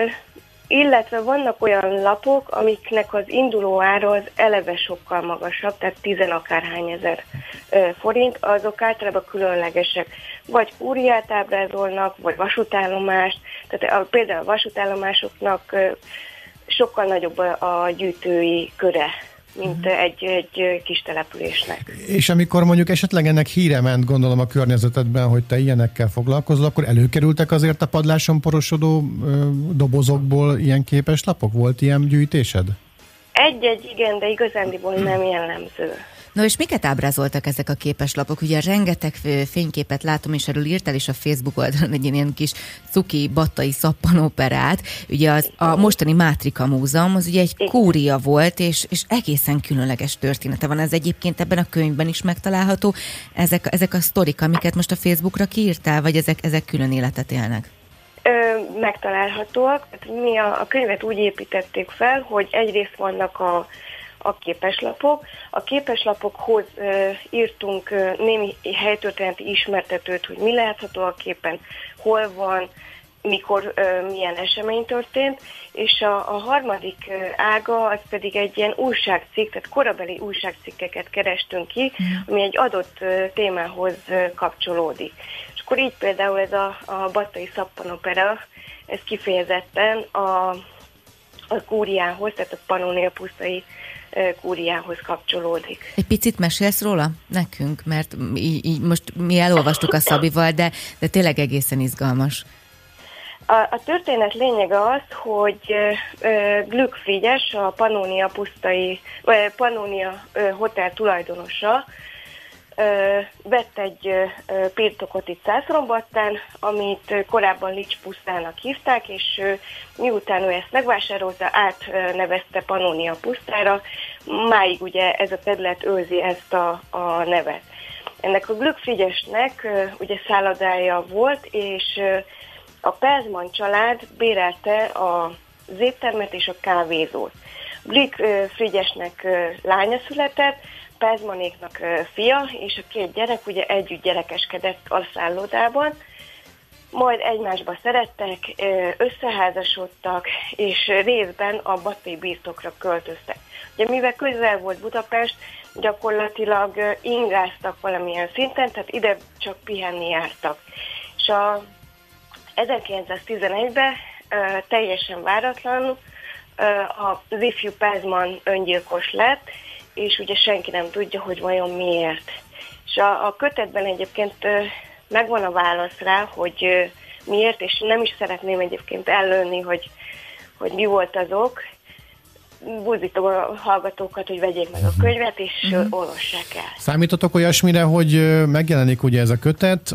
illetve vannak olyan lapok, amiknek az induló ára az eleve sokkal magasabb, tehát tizenakárhány ezer forint, azok általában különlegesek. Vagy kúriát ábrázolnak, vagy vasútállomást, tehát a, például a vasútállomásoknak sokkal nagyobb a gyűjtői köre, mint egy, egy kis településnek. És amikor mondjuk esetleg ennek híre ment, gondolom a környezetedben, hogy te ilyenekkel foglalkozol, akkor előkerültek azért a padláson porosodó ö, dobozokból ilyen képeslapok? Volt ilyen gyűjtésed? Egy-egy igen, de igazándiból nem jellemző. No és miket ábrázoltak ezek a képeslapok? Ugye rengeteg fényképet látom, és erről írtál is a Facebook oldalon egy ilyen kis cuki battai szappanoperát. Ugye az, a mostani Mátrika Múzeum, az ugye egy kúria volt, és, és egészen különleges története van. Ez egyébként ebben a könyvben is megtalálható. Ezek, ezek a sztorik, amiket most a Facebookra kiírtál, vagy ezek, ezek külön életet élnek? Ö, megtalálhatóak. Mi a, a könyvet úgy építették fel, hogy egyrészt vannak a a képeslapok. A képeslapokhoz ö, írtunk ö, némi helytörténeti ismertetőt, hogy mi látható a képen, hol van, mikor, milyen esemény történt, és a, a harmadik ága az pedig egy ilyen újságcikk, tehát korabeli újságcikkeket kerestünk ki, ami egy adott témához kapcsolódik. És akkor így például ez a, a Battai szappanopera, ez kifejezetten a, a kúriához, tehát a Pannonia pusztai kúriához kapcsolódik. Egy picit mesélsz róla nekünk, mert így, így most mi elolvastuk a Szabival, de, de tényleg egészen izgalmas. A, a történet lényege az, hogy uh, Glück Frigyes, a Pannonia pusztai, uh, Pannonia uh, hotel tulajdonosa uh, vett egy uh, birtokot itt Szászrombattán, amit uh, korábban Lics pusztának hívták, és uh, miután ő ezt megvásárolta, átnevezte Pannonia pusztára, máig ugye ez a terület őrzi ezt a, a nevet. Ennek a Glück Frigyesnek uh, ugye szállodája volt, és uh, a Pelzmann család bérelte az éttermet és a kávézót. Glück Frigyesnek lánya született, Pelzmannéknak fia, és a két gyerek ugye együtt gyerekeskedett a szállodában, majd egymásba szerettek, összeházasodtak, és részben a Battai birtokra költöztek. Ugye mivel közel volt Budapest, gyakorlatilag ingáztak valamilyen szinten, tehát ide csak pihenni jártak. És a ezerkilencszáztizenegyben uh, teljesen váratlanul uh, az ifjú Pelzmann öngyilkos lett, és ugye senki nem tudja, hogy vajon miért. És a, a kötetben egyébként uh, megvan a válasz rá, hogy uh, miért, és nem is szeretném egyébként ellőni, hogy, hogy mi volt az ok. Buzdítom a hallgatókat, hogy vegyék meg a könyvet, és uh-huh. olvassák el. Számítotok olyasmire, hogy megjelenik ugye ez a kötet,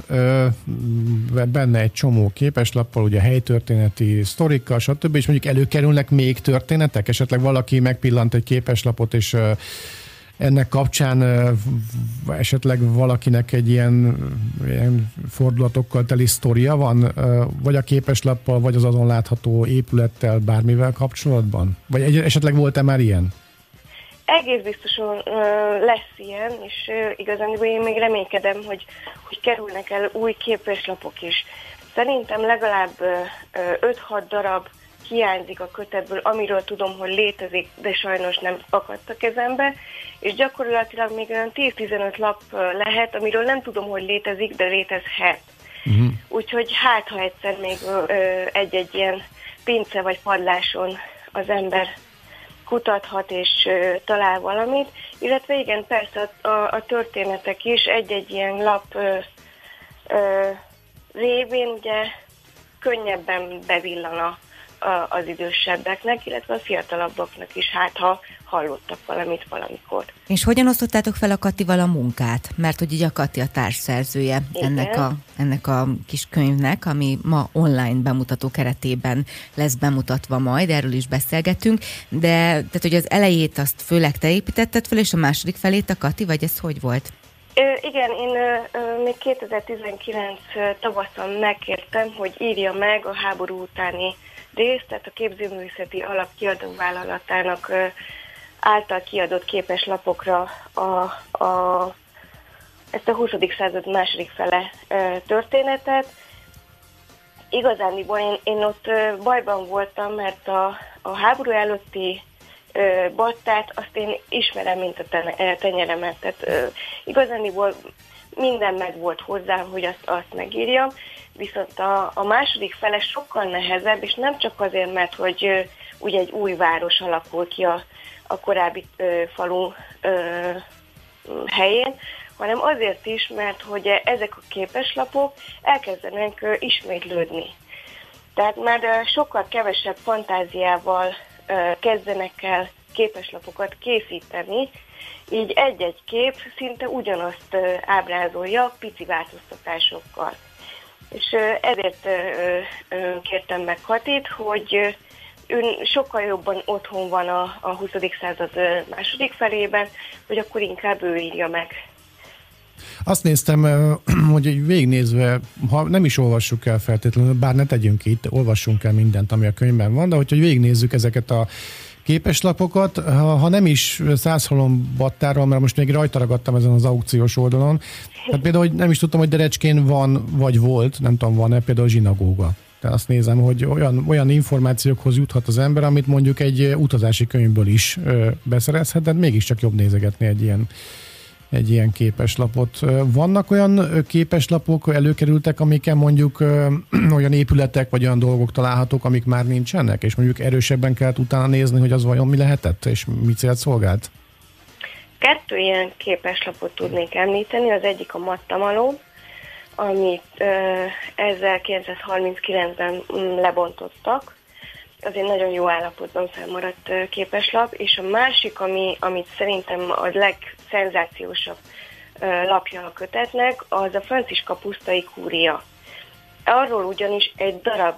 benne egy csomó képeslappal, ugye helytörténeti sztorikkal, stb. És mondjuk előkerülnek még történetek? Esetleg valaki megpillant egy képeslapot, és ennek kapcsán esetleg valakinek egy ilyen, ilyen fordulatokkal teli sztoria van, vagy a képeslappal, vagy az azon látható épülettel, bármivel kapcsolatban? Vagy egy, esetleg volt-e már ilyen? Egész biztosan lesz ilyen, és igazán én még reménykedem, hogy, hogy kerülnek el új képeslapok is. Szerintem legalább öt-hat darab hiányzik a kötetből, amiről tudom, hogy létezik, de sajnos nem akadt a kezembe, és gyakorlatilag még olyan tíz-tizenöt lap lehet, amiről nem tudom, hogy létezik, de létezhet. Uh-huh. Úgyhogy hát, ha egyszer még ö, egy-egy ilyen pince vagy padláson az ember kutathat és ö, talál valamit, illetve igen, persze a, a, a történetek is egy-egy ilyen lap ö, ö, révén ugye könnyebben bevillan a az idősebbeknek, illetve a fiatalabbaknak is, hát ha hallottak valamit valamikor. És hogyan osztottátok fel a Katival a munkát? Mert hogy így a Kati a társszerzője ennek a, ennek a kis könyvnek, ami ma online bemutató keretében lesz bemutatva majd, erről is beszélgetünk, de tehát, hogy az elejét azt főleg te építetted fel, és a második felét a Kati, vagy ez hogy volt? Ö, igen, én ö, még kétezer-tizenkilenc tavaszon megkértem, hogy írja meg a háború utáni részt, tehát a Képzőművészeti Alap kiadóvállalatának ö, által kiadott képeslapokra a, a, ezt a huszadik század második fele ö, történetet. Igazániból én, én ott ö, bajban voltam, mert a, a háború előtti ö, Battát azt én ismerem, mint a ten, tenyeremet. Tehát ö, igazániból minden meg volt hozzá, hogy azt, azt megírjam, viszont a, a második fele sokkal nehezebb, és nem csak azért, mert hogy ö, ugye egy új város alakul ki a, a korábbi ö, falu ö, helyén, hanem azért is, mert hogy ezek a képeslapok elkezdenek ö, ismétlődni. Tehát már ö, sokkal kevesebb fantáziával ö, kezdenek el képeslapokat készíteni, így egy-egy kép szinte ugyanazt ö, ábrázolja pici változtatásokkal. És ezért kértem meg Katit, hogy ő sokkal jobban otthon van a, a huszadik század második felében, hogy akkor inkább ő írja meg. Azt néztem, hogy végignézve, ha nem is olvassuk el feltétlenül, bár ne tegyünk itt, olvassunk el mindent, ami a könyvben van, de hogyha végignézzük ezeket a képeslapokat, ha, ha nem is Százhalombattáról, mert most még rajta ragadtam ezen az aukciós oldalon. Hát például, hogy nem is tudtam, hogy Derecskén van, vagy volt, nem tudom, van-e például a zsinagóga. De azt nézem, hogy olyan, olyan információkhoz juthat az ember, amit mondjuk egy utazási könyvből is ö, beszerezhet, de mégiscsak jobb nézegetni egy ilyen, egy ilyen képeslapot. Vannak olyan képeslapok, előkerültek, amiken mondjuk ö, olyan épületek vagy olyan dolgok találhatók, amik már nincsenek, és mondjuk erősebben kellett utána nézni, hogy az vajon mi lehetett, és mi célt szolgált? Kettő ilyen képeslapot tudnék említeni, az egyik a Mattamaló, amit ezerkilencszázharminckilencben lebontottak. Az egy nagyon jó állapotban felmaradt képeslap, és a másik, ami, amit szerintem a legszenzációsabb lapja a kötetnek, az a Franciska Pusztai Kúria. Arról ugyanis egy darab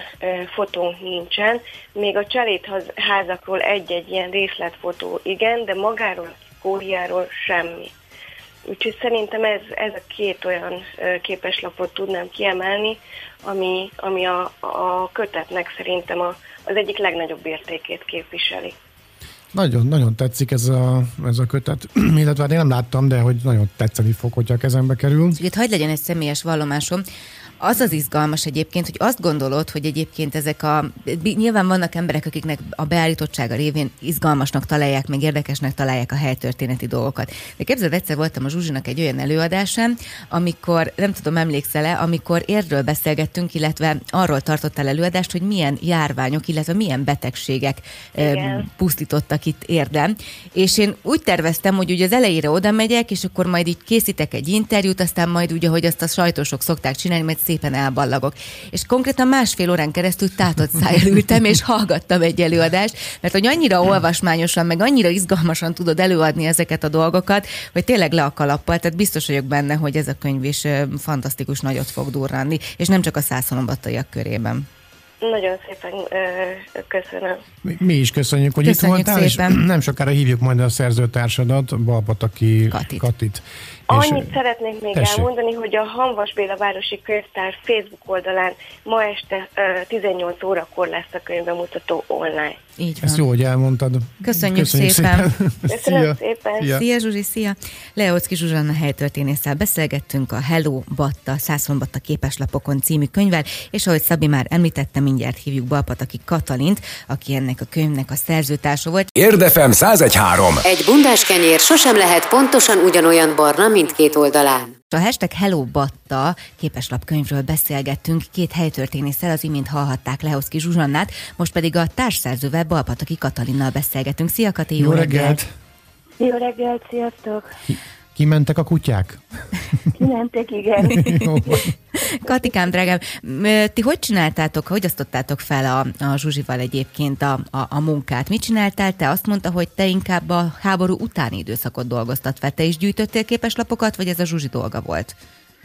fotónk nincsen, még a cselédházakról egy-egy ilyen részletfotó igen, de magáról a kúriáról semmi. Úgyhogy szerintem ez, ez a két olyan képeslapot tudnám kiemelni, ami, ami a, a kötetnek szerintem a, az egyik legnagyobb értékét képviseli. Nagyon, nagyon tetszik ez a, ez a kötet, illetve én nem láttam, de hogy nagyon tetszeni fog, hogyha a kezembe kerül. Itt hadd legyen egy személyes vallomásom. Az az izgalmas egyébként, hogy azt gondolod, hogy egyébként ezek a... Nyilván vannak emberek, akiknek a beállítottsága révén izgalmasnak találják, meg érdekesnek találják a helytörténeti dolgokat. De képzeld, egyszer voltam a Zsuzsinak egy olyan előadásán, amikor, nem tudom, emlékszel-e, amikor Érdről beszélgettünk, illetve arról tartottál előadást, hogy milyen járványok, illetve milyen betegségek Igen. pusztítottak itt Érden. És én úgy terveztem, hogy ugye az elejére oda megyek, és akkor majd így készítek egy interjút, aztán majd ugye, hogy azt a sajtósok szokták csinálni, majd szépen elballagok. És konkrétan másfél órán keresztül tátott szájjal ültem, és hallgattam egy előadást, mert hogy annyira olvasmányosan, meg annyira izgalmasan tudod előadni ezeket a dolgokat, hogy tényleg le a kalappal, tehát biztos vagyok benne, hogy ez a könyv is fantasztikus nagyot fog durranni, és nem csak a szászolombattaiak körében. Nagyon szépen ö, köszönöm. Mi, mi is köszönjük, hogy köszönjük itt voltál, szépen. És nem sokára hívjuk majd a szerzőtársadat, Balpataki Katit. Katit. Annyit és szeretnék még tessék. elmondani, hogy a Hamvas Béla Városi Könyvtár Facebook oldalán ma este tizennyolc órakor lesz a könyvbemutató online. Így van. Ezt jó, hogy elmondtad. Köszönjük, Köszönjük szépen. szépen. Köszönöm Szia. szépen. Szia. Szia Zsuzsi, szia! Leocki Zsuzsanna helytörténésszel beszélgettünk a Hello Batta, Szászonbatta képeslapokon című könyvvel, és ahogy Szabi már említette, mindjárt hívjuk Balpataki Katalint, aki ennek a könyvnek a szerzőtársa volt. Érdefem száz egy három. Egy bundás kenyér sosem lehet pontosan ugyanolyan barna mindkét oldalán. A hashtag Hello Batta képeslapkönyvről beszélgettünk két helytörténésszel, az imént hallhatták Leocki Zsuzsannát, most pedig a társszerzővel, Balpataki Katalinnal beszélgetünk. Szia Kati, jó, Jó reggelt! reggelt! Jó reggelt, sziasztok! Kimentek a kutyák? Kimentek, igen. Jó. Katikám, drágám, ti hogy csináltátok, hogy osztottátok fel a, a Zsuzsival egyébként a, a, a munkát? Mit csináltál? Te azt mondta, hogy te inkább a háború utáni időszakot dolgoztat fel. Te is gyűjtöttél képeslapokat, vagy ez a Zsuzsi dolga volt?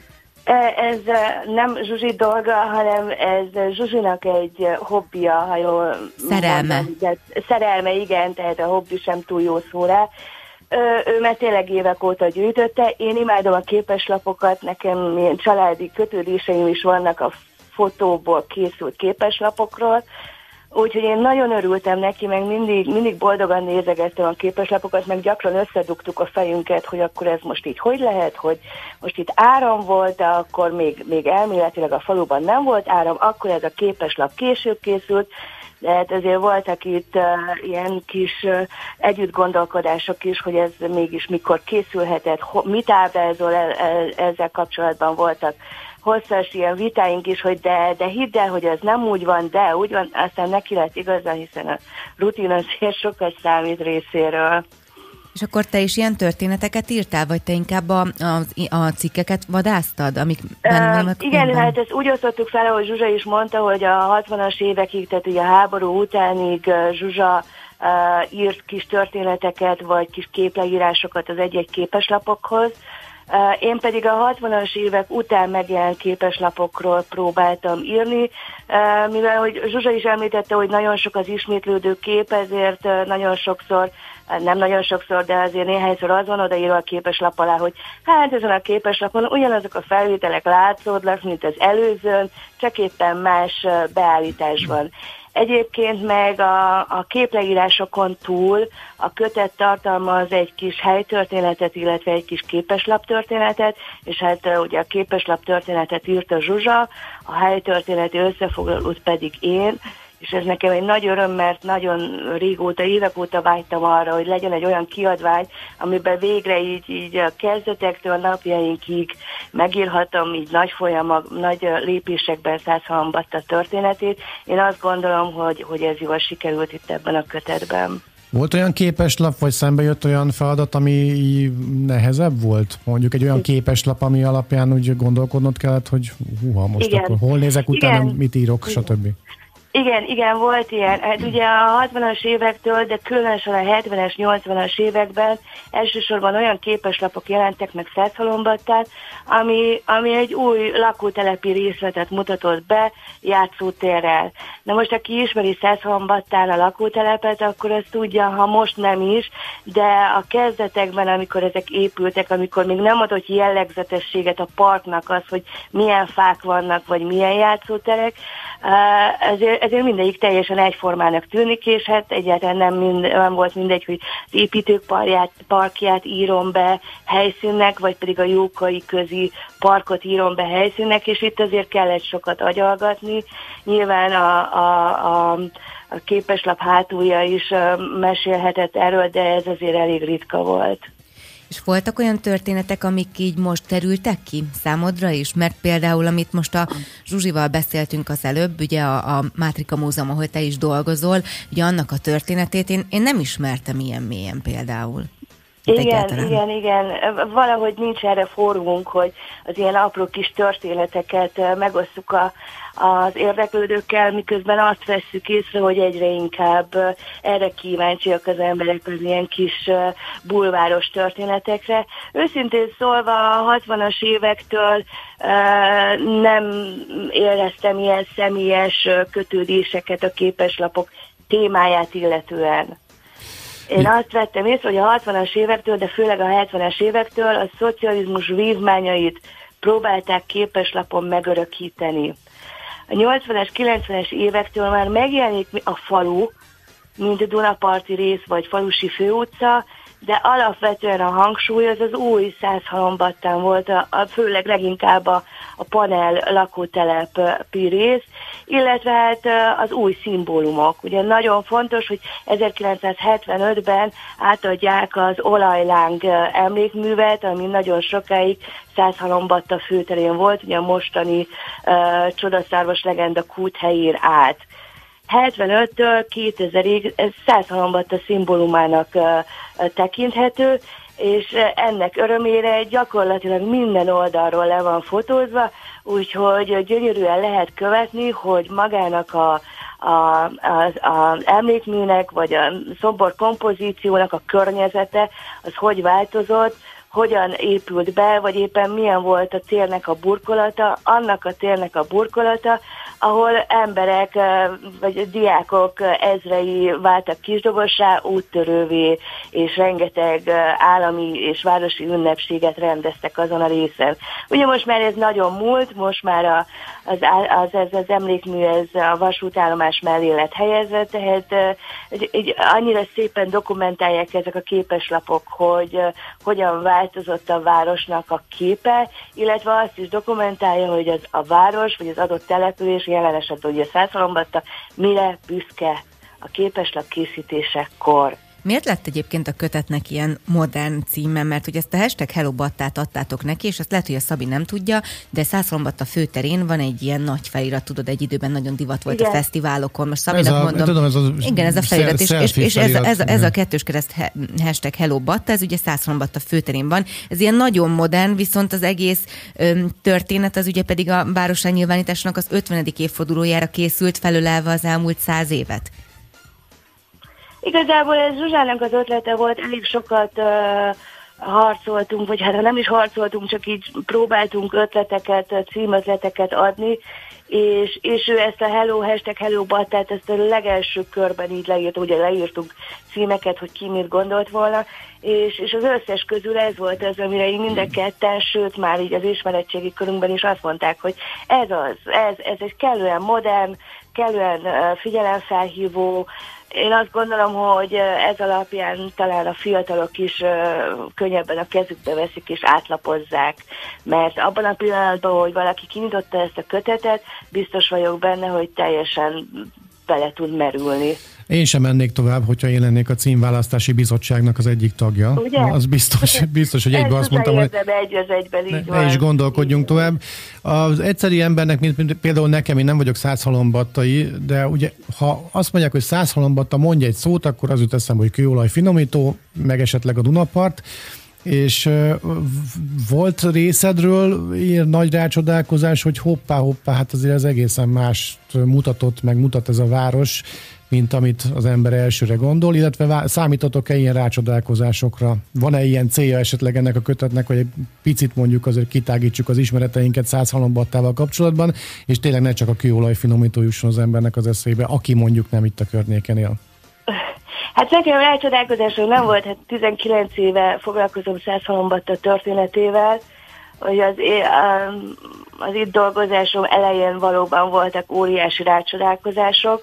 Ez nem Zsuzsi dolga, hanem ez Zsuzsinak egy hobbija, ha jól Szerelme. mondom. Szerelme, igen, tehát a hobbi sem túl jó szó rá. Ő már tényleg évek óta gyűjtötte. Én imádom a képeslapokat, nekem ilyen családi kötődéseim is vannak a fotóból készült képeslapokról, úgyhogy én nagyon örültem neki, meg mindig, mindig boldogan nézegettem a képeslapokat, meg gyakran összedugtuk a fejünket, hogy akkor ez most így hogy lehet, hogy most itt áram volt, de akkor még, még elméletileg a faluban nem volt áram, akkor ez a képeslap később készült, de hát ezért voltak itt uh, ilyen kis uh, együttgondolkodások is, hogy ez mégis mikor készülhetett, ho- mit ábrázol, el, el, ezzel kapcsolatban voltak hosszas ilyen vitáink is, hogy de, de hidd el, hogy ez nem úgy van, de úgy van, aztán neki lett igazán, hiszen a rutin azért sokat számít részéről. És akkor te is ilyen történeteket írtál, vagy te inkább a, a, a cikkeket vadásztad, amik benne vannak? Uh, igen, hát ezt úgy osztottuk fel, ahogy Zsuzsa is mondta, hogy a hatvanas évekig, tehát ugye a háború utánig uh, Zsuzsa uh, írt kis történeteket, vagy kis képleírásokat az egy-egy képeslapokhoz. Uh, én pedig a hatvanas évek után megjelent képeslapokról próbáltam írni, uh, mivel hogy Zsuzsa is említette, hogy nagyon sok az ismétlődő kép, ezért uh, nagyon sokszor, uh, nem nagyon sokszor, de azért néhányszor az van odaírva a képeslap alá, hogy hát ezen a képeslapon ugyanazok a felvételek látszódnak, mint az előzőn, csak éppen más uh, beállítás van. Egyébként meg a, a képleírásokon túl a kötet tartalmaz egy kis helytörténetet, illetve egy kis képeslaptörténetet, és hát ugye a képeslaptörténetet írta Zsuzsa, a helytörténeti összefoglalót pedig én, és ez nekem egy nagy öröm, mert nagyon régóta, évek óta vágytam arra, hogy legyen egy olyan kiadvány, amiben végre így, így a kezdetektől a napjainkig megírhatom így nagy folyamak, nagy lépésekben Szász Halombatta történetét. Én azt gondolom, hogy, hogy ez jól sikerült itt ebben a kötetben. Volt olyan képeslap, vagy szembe jött olyan feladat, ami nehezebb volt? Mondjuk egy olyan képeslap, ami alapján úgy gondolkodnod kellett, hogy húha, most igen. Akkor hol nézek utána, igen. Mit írok, stb. Igen, igen, volt ilyen. Hát ugye a hatvanas évektől, de különösen a hetvenes, nyolcvanas években elsősorban olyan képeslapok jelentek meg Szászhalombattán, ami, ami egy új lakótelepi részletet mutatott be játszótérrel. Na most, aki ismeri Szászhalombattán a lakótelepet, akkor azt tudja, ha most nem is, de a kezdetekben, amikor ezek épültek, amikor még nem adott jellegzetességet a parknak az, hogy milyen fák vannak, vagy milyen játszóterek, ezért, ezért mindegyik teljesen egyformának tűnik, és hát egyáltalán nem, mind, nem volt mindegy, hogy az építők parkját, parkját írom be helyszínnek, vagy pedig a Jókai közi parkot írom be helyszínnek, és itt azért kellett sokat agyalgatni. Nyilván a, a, a, a képeslap hátulja is mesélhetett erről, de ez azért elég ritka volt. És voltak olyan történetek, amik így most terültek ki számodra is? Mert például, amit most a Zsuzsival beszéltünk az előbb, ugye a, a Mátrika Múzeum, ahol te is dolgozol, ugye annak a történetét én, én nem ismertem ilyen mélyen például. Igen, egyáltalán. igen, igen. Valahogy nincs erre fórumunk, hogy az ilyen apró kis történeteket megosszuk a, az érdeklődőkkel, miközben azt vesszük észre, hogy egyre inkább erre kíváncsiak az emberek az ilyen kis bulváros történetekre. Őszintén szólva a hatvanas évektől nem éreztem ilyen személyes kötődéseket a képeslapok témáját illetően. Én azt vettem észre, hogy a hatvanas évektől, de főleg a hetvenes évektől a szocializmus vívmányait próbálták képeslapon megörökíteni. A nyolcvanas, kilencvenes évektől már megjelenik a falu, mint Dunaparti rész vagy falusi főutca, de alapvetően a hangsúly az az új Szászhalombattán volt, a, a főleg leginkább a, a panel lakótelepi rész, illetve hát az új szimbólumok. Ugye nagyon fontos, hogy ezerkilencszázhetvenötben átadják az olajláng emlékművet, ami nagyon sokáig Szászhalombatta főterén volt, ugye a mostani uh, csodaszárvas legenda kúthelyén át. hetvenöttől kétezerig ez Szászhalombatta szimbólumának uh, tekinthető, és ennek örömére gyakorlatilag minden oldalról le van fotózva, úgyhogy gyönyörűen lehet követni, hogy magának a, a, az a emlékműnek, vagy a szobor kompozíciónak a környezete, az hogy változott, hogyan épült be, vagy éppen milyen volt a térnek a burkolata, annak a térnek a burkolata, ahol emberek vagy diákok ezrei váltak kisdobossá, úttörővé, és rengeteg állami és városi ünnepséget rendeztek azon a részen. Ugye most már ez nagyon múlt, most már a, az, az, az, az emlékmű ez a vasútállomás mellé lett helyezve, tehát így, annyira szépen dokumentálják ezek a képeslapok, hogy hogyan változott a városnak a képe, illetve azt is dokumentálja, hogy az, a város, vagy az adott település, jelen esetben ugye Szászhalombatta, mire büszke a képeslap készítésekor. Miért lett egyébként a kötetnek ilyen modern címe? Mert ugye ezt a hashtag Hello Battát adtátok neki, és azt lehet, hogy a Szabi nem tudja, de Szászhalombatta főterén van egy ilyen nagy felirat, tudod, egy időben nagyon divat volt igen. a fesztiválokon. Most Szabinak ez a, mondom, tudom, ez a igen, ez a felirat, és, és, és ez, ez, ez a kettős kereszt hashtag Hello Batta, ez ugye Szászhalombatta főterén van. Ez ilyen nagyon modern, viszont az egész öm, történet, az ugye pedig a városányilvánításnak az ötvenedik évfordulójára készült, felölelve az elmúlt száz évet. Igazából ez Zsuzsának az ötlete volt, elég sokat uh, harcoltunk, vagy hát nem is harcoltunk, csak így próbáltunk ötleteket, címötleteket adni, és, és ő ezt a Hello, hashtag Hello Battát, ezt a legelső körben így leírtuk, ugye leírtunk címeket, hogy ki mit gondolt volna, és, és az összes közül ez volt az, amire így minden ketten, sőt már így az ismeretségi körünkben is azt mondták, hogy ez az, ez, ez egy kellően modern, kellően figyelemfelhívó. Én azt gondolom, hogy ez alapján talán a fiatalok is könnyebben a kezükbe veszik és átlapozzák, mert abban a pillanatban, hogy valaki kinyitotta ezt a kötetet, biztos vagyok benne, hogy teljesen bele tud merülni. Én sem mennék tovább, hogyha én lennék a címválasztási bizottságnak az egyik tagja. Ugye? Az biztos, biztos hogy egyben azt mondtam, hogy egy az egyben, így ne, ne is gondolkodjunk tovább. Az egyszeri embernek, mint, mint például nekem, én nem vagyok százhalombattai, de ugye, ha azt mondják, hogy százhalombatta mondja egy szót, akkor az jut eszembe, hogy kőolaj finomító, meg esetleg a Dunapart, és uh, volt részedről ilyen nagy rácsodálkozás, hogy hoppá, hoppá, hát azért az egészen más mutatott, meg mutat ez a város, mint amit az ember elsőre gondol, illetve számítotok-e ilyen rácsodálkozásokra? Van-e ilyen célja esetleg ennek a kötetnek, hogy egy picit mondjuk azért kitágítsuk az ismereteinket Százhalombattával kapcsolatban, és tényleg ne csak a kőolaj finomító jusson az embernek az eszébe, aki mondjuk nem itt a környéken él? Hát nekem rácsodálkozásom nem volt, hát tizenkilenc éve foglalkozom Százhalombatta történetével, hogy az, az itt dolgozásom elején valóban voltak óriási rácsodálkozások,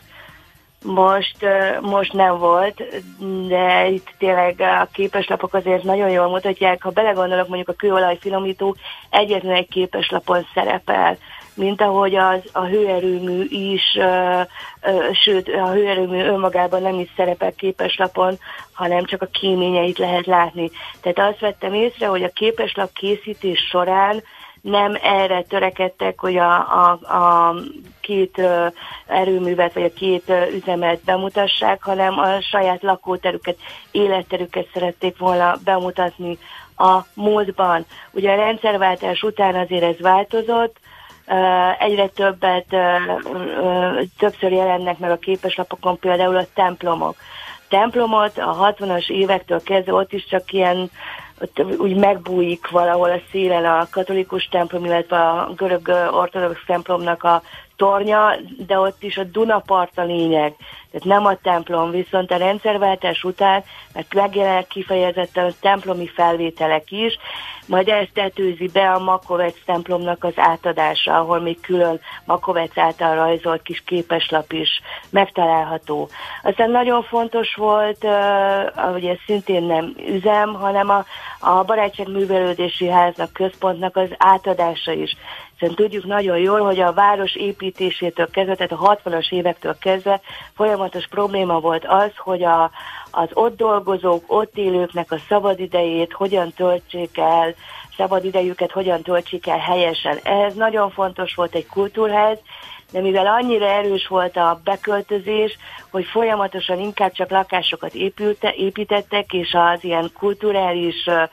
most, most nem volt, de itt tényleg a képeslapok azért nagyon jól mutatják. Ha belegondolok, mondjuk a kőolaj finomító egyetlen egy képeslapon szerepel, mint ahogy az, a hőerőmű is, ö, ö, sőt, a hőerőmű önmagában nem is szerepel képeslapon, hanem csak a kéményeit lehet látni. Tehát azt vettem észre, hogy a képeslap készítés során nem erre törekedtek, hogy a, a, a két uh, erőművet, vagy a két uh, üzemet bemutassák, hanem a saját lakóterüket, életterüket szerették volna bemutatni a múltban. Ugye a rendszerváltás után azért ez változott, uh, egyre többet, uh, uh, többször jelennek meg a képeslapokon például a templomok. Templomot a hatvanas évektől kezdve ott is csak ilyen ott úgy megbújik valahol a szélen a katolikus templom, illetve a görög ortodox templomnak a tornya, de ott is a Dunapart a lényeg. Tehát nem a templom, viszont a rendszerváltás után, mert megjelennek kifejezetten a templomi felvételek is, majd ezt tetőzi be a Makovec templomnak az átadása, ahol még külön Makovec által rajzolt kis képeslap is megtalálható. Aztán nagyon fontos volt, uh, ugye szintén nem üzem, hanem a, a Barátságművelődési Háznak, központnak az átadása is. Szerintem tudjuk nagyon jól, hogy a város építésétől kezdve, tehát a hatvanas évektől kezdve folyamatos probléma volt az, hogy a, az ott dolgozók, ott élőknek a szabadidejét hogyan töltsék el, szabadidejüket hogyan töltsék el helyesen. Ez nagyon fontos volt egy kultúrház, de mivel annyira erős volt a beköltözés, hogy folyamatosan inkább csak lakásokat épülte, építettek, és az ilyen kulturális uh,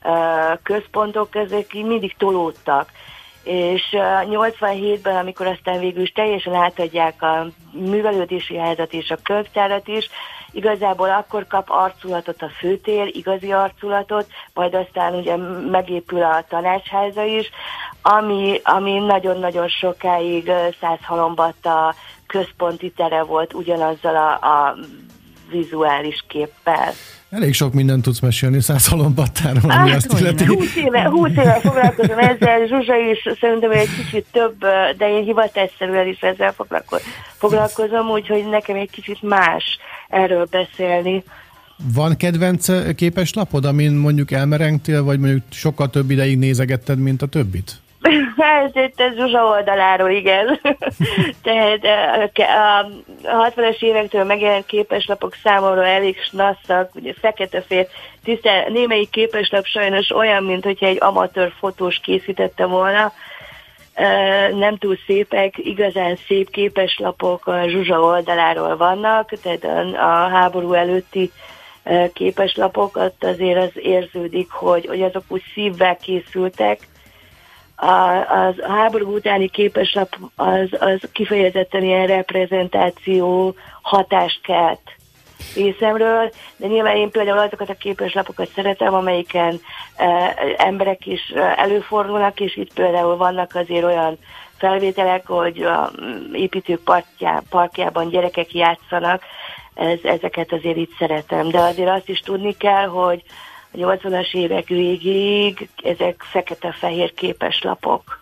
központok ezek mindig tolódtak. És nyolcvanhétben, amikor aztán végül is teljesen átadják a művelődési házat és a könyvtárat is, igazából akkor kap arculatot a főtér, igazi arculatot, majd aztán ugye megépül a tanácsháza is, ami, ami nagyon-nagyon sokáig Százhalombatta központi tere volt ugyanazzal a, a vizuális képpel. Elég sok mindent tudsz mesélni Százhalombattáról, ami ah, azt illeti. húsz éve, húsz éve foglalkozom ezzel, Zsuzsa is szerintem egy kicsit több, de én hivatásszerűen is ezzel foglalkozom, úgyhogy nekem egy kicsit más erről beszélni. Van kedvenc képeslapod, amin mondjuk elmerengtél, vagy mondjuk sokkal több ideig nézegetted, mint a többit? Ez itt a Zsuzsa oldaláról, igen. Tehát a hatvanas évektől megjelent képeslapok számomra elég snasszak, ugye fekete-fér, tisztel, némelyik képeslap sajnos olyan, mint hogyha egy amatőr fotós készítette volna. Nem túl szépek, igazán szép képeslapok a Zsuzsa oldaláról vannak, tehát a háború előtti képeslapok, ott azért az érződik, hogy, hogy azok úgy szívvel készültek. A, az, a háború utáni képeslap az, az kifejezetten ilyen reprezentáció hatást kelt részemről, de nyilván én például azokat a képeslapokat szeretem, amelyiken e, emberek is előfordulnak, és itt például vannak azért olyan felvételek, hogy a építők parkjá, parkjában gyerekek játszanak, Ez, ezeket azért itt szeretem, de azért azt is tudni kell, hogy a nyolcvanas évek végéig ezek fekete-fehér képeslapok.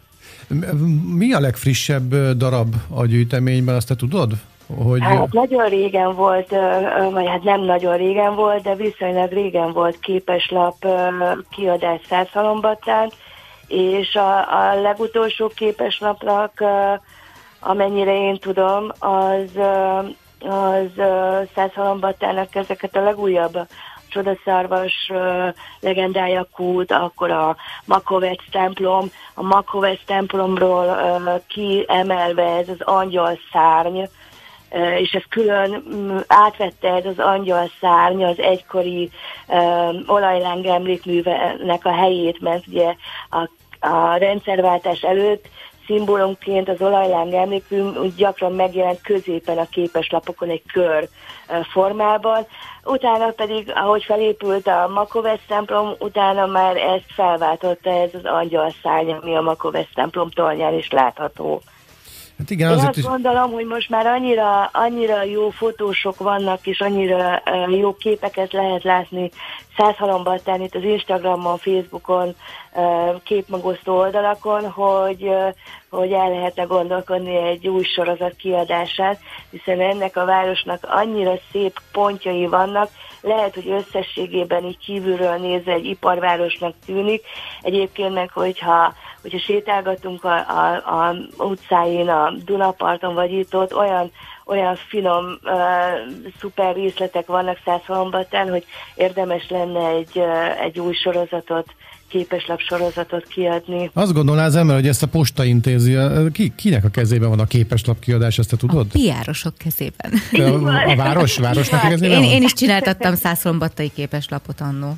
Mi a legfrissebb darab a gyűjteményben, azt te tudod? Hogy... Hát nagyon régen volt, vagy hát nem nagyon régen volt, de viszonylag régen volt képeslap kiadás Százhalombattán, és a, a legutolsó képeslapnak, amennyire én tudom, az, az Százhalombattának ezeket a legújabb Csodaszarvas legendája kút, akkor a Makovec templom, a Makovec templomról kiemelve ez az angyal szárny, és ez külön átvette ez az angyal szárny az egykori um, olajláng emlékművenek a helyét, mert ugye a, a rendszerváltás előtt szimbólumként az olajláng emlékmű úgy gyakran megjelent középen a képeslapokon egy kör formában. Utána pedig, ahogy felépült a Makovec templom, utána már ezt felváltotta ez az angyal szárny, ami a Makovec templom tornyán is látható. Hát igen, Én azért azt is... gondolom, hogy most már annyira, annyira jó fotósok vannak, és annyira uh, jó képeket lehet látni Százhalombattán, itt az Instagramon, Facebookon, uh, képmegosztó oldalakon, hogy, uh, hogy el lehetne gondolkodni egy új sorozat kiadását, hiszen ennek a városnak annyira szép pontjai vannak, lehet, hogy összességében így kívülről nézve egy iparvárosnak tűnik. Egyébként meg, hogyha, hogyha sétálgatunk a, a, a utcáin, a Dunaparton vagy itt ott, olyan, olyan finom, uh, szuper részletek vannak Százhalombattán, hogy érdemes lenne egy, uh, egy új sorozatot, képeslap sorozatot kiadni. Azt gondolná az ember, hogy ezt a posta intézi. Ki, kinek a kezében van a képeslap kiadás, ezt te tudod? A pé er-osok kezében. A, a város? Városnak a kezében én, én is csináltattam Százhalombattai képeslapot annó.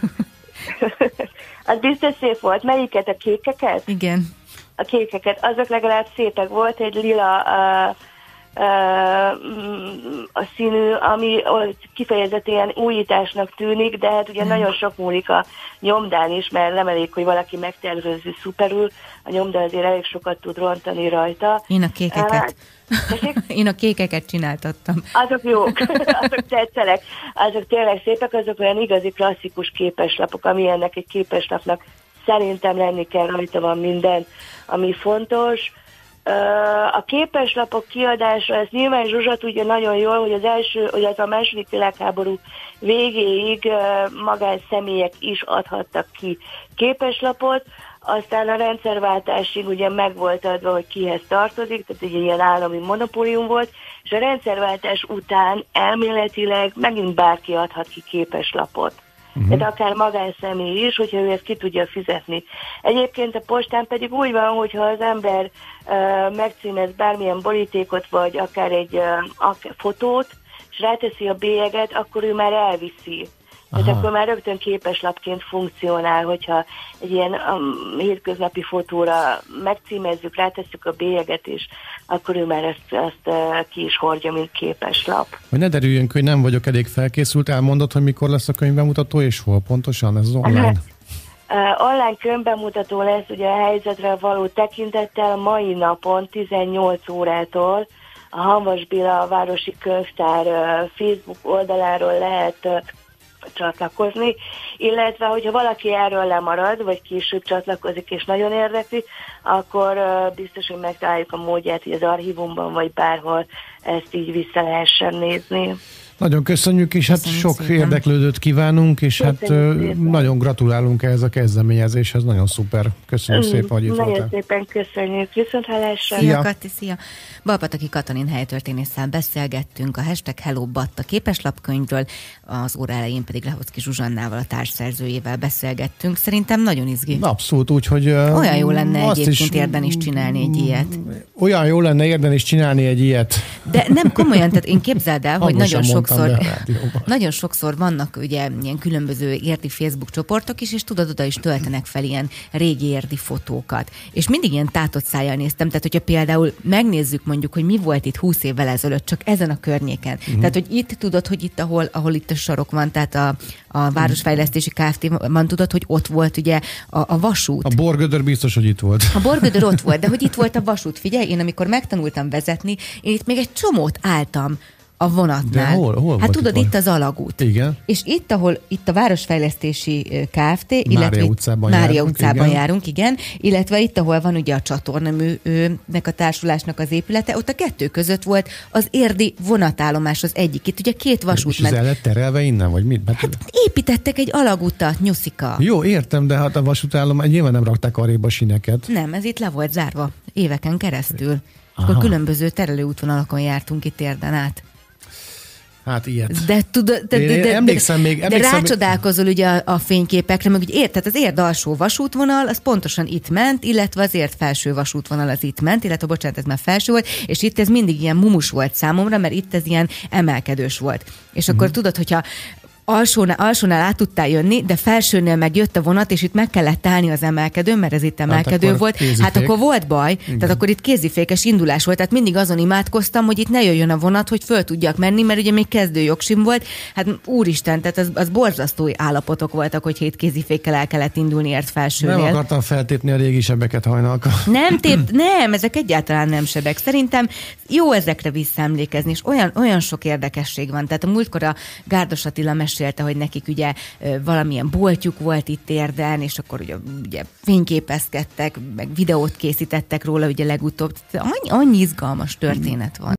Az biztos szép volt. Melyiket? A kékeket? Igen. A kékeket. Azok legalább szépek. Volt egy lila uh, a színű, ami kifejezetten újításnak tűnik, de hát ugye nagyon sok múlik a nyomdán is, mert nem elég, hogy valaki megtervező szuperül, a nyomda azért elég sokat tud rontani rajta. Én a kékeket. Én a kékeket csináltattam. Azok jók, azok tetszenek, azok tényleg szépek, azok olyan igazi klasszikus képeslapok, ami ennek egy képeslapnak szerintem lenni kell, rajta van minden, ami fontos. A képeslapok kiadása, ezt nyilván Zsuzsa tudja nagyon jól, hogy az első, hogy az a második világháború végéig magánszemélyek is adhattak ki képeslapot, aztán a rendszerváltásig ugye meg volt adva, hogy kihez tartozik, tehát egy ilyen állami monopólium volt, és a rendszerváltás után elméletileg megint bárki adhat ki képeslapot. Uh-huh. Tehát akár magánszemély is, hogyha ő ezt ki tudja fizetni. Egyébként a postán pedig úgy van, hogyha az ember uh, megcímez bármilyen borítékot, vagy akár egy uh, akár fotót, és ráteszi a bélyeget, akkor ő már elviszi. Tehát akkor már rögtön képeslapként funkcionál, hogyha egy ilyen um, hétköznapi fotóra megcímezzük, rátesszük a bélyeget, és akkor ő már ezt, ezt uh, ki is hordja, mint képeslap. Hogy ne derüljünk, hogy nem vagyok elég felkészült, elmondod, hogy mikor lesz a könyvbemutató, és hol pontosan? Ez az online? Uh, online könyvbemutató lesz, ugye a helyzetre való tekintettel mai napon tizennyolc órától a Hamvas Béla Városi Könyvtár uh, Facebook oldaláról lehet uh, csatlakozni, illetve hogyha valaki erről lemarad, vagy később csatlakozik és nagyon érdekli, akkor uh, biztos, hogy megtaláljuk a módját, hogy az archívumban vagy bárhol ezt így vissza lehessen nézni. Nagyon köszönjük, és hát Köszönjük sok szépen. érdeklődőt kívánunk, és Köszönjük hát szépen. nagyon gratulálunk ehhez a kezdeményezéshez, nagyon szuper. Köszönjük szépen, hogy itt Nagyon voltál. szépen köszönjük. Viszonthallásra. Szia, Szia. Kati, szia! Balpataki Katalin helytörténésszel beszélgettünk a hashtag Hello Batta képeslapkönyvről, az óra elején pedig Lehocki Zsuzsannával, a társszerzőjével beszélgettünk. Szerintem nagyon izgi. Abszolút, úgyhogy... Olyan jó lenne azt egyébként érden is csinálni egy ilyet. Olyan jó lenne érden is csinálni egy ilyet. De nem komolyan, tehát én képzeld el, hogy Hangosan nagyon mondtam, sokszor, de a rádióban. nagyon sokszor vannak ugye ilyen különböző érdi Facebook csoportok is, és tudod, oda is töltenek fel ilyen régi érdi fotókat. És mindig ilyen tátott szájjal néztem, tehát hogyha például megnézzük mondjuk, hogy mi volt itt húsz évvel ezelőtt, csak ezen a környéken. Uh-huh. Tehát, hogy itt tudod, hogy itt, ahol, ahol itt a sarok van, tehát a, a Városfejlesztési Kft-ban tudod, hogy ott volt ugye a, a vasút. A Borgödör biztos, hogy itt volt. A Borgödör ott volt, de hogy itt volt a vasút. Figyelj, én amikor megtanultam vezetni, én itt még egy csomót álltam A vonatnál. De hol, hol hát tudod, itt, itt az Alagút. Igen. És itt, ahol itt a Városfejlesztési Kft., illetve Mária utcában, Mária járunk, utcában igen. járunk, igen, illetve itt, ahol van ugye a csatornaműnek a társulásnak az épülete, ott a kettő között volt az érdi vonatállomás az egyik. Itt ugye két vasút És ez ment. el lett terelve innen, vagy mit? Hát, Építettek egy alagutat, nyuszika. jó, értem, de hát a vasútállomás nyilván nem rakták arrébb a sineket. Nem, ez itt le volt zárva éveken keresztül. Aha. Akkor különböző terelőútvonalakon jártunk itt Érden át. Hát ilyet. De tudod, de, Én de, de, emlékszem még- de emlékszem még- rácsodálkozol ugye a, a fényképekre, meg ugye érted, az Érd alsó vasútvonal, az pontosan itt ment, illetve az Érd felső vasútvonal az itt ment, illetve bocsánat, ez már felső volt, és itt ez mindig ilyen mumus volt számomra, mert itt ez ilyen emelkedős volt. És akkor Mhm. tudod, hogyha alsónál, alsónál át tudtál jönni, de felsőnél meg jött a vonat, és itt meg kellett állni az emelkedőn, mert ez itt emelkedő akkor volt. kézifék. Hát akkor volt baj, igen. Tehát akkor itt kézifékes indulás volt, tehát mindig azon imádkoztam, hogy itt ne jöjjön a vonat, hogy föl tudjak menni, mert ugye még kezdő jogsim volt. Hát úristen, tehát az, az borzasztó állapotok voltak, hogy hét kézifékkel el kellett indulni ért felsőnél. Nem akartam feltépni a régi sebeket hajnalka. Nem tép, nem, ezek egyáltalán nem sebek. Szerintem jó ezekre visszaemlékezni, és olyan, olyan sok érdekesség van. Tehát a múltkor a Gárdos Attila mesélte, hogy nekik ugye ö, valamilyen boltjuk volt itt Érden, és akkor ugye, ugye fényképezkedtek, meg videót készítettek róla ugye legutóbb. Annyi, annyi izgalmas történet van.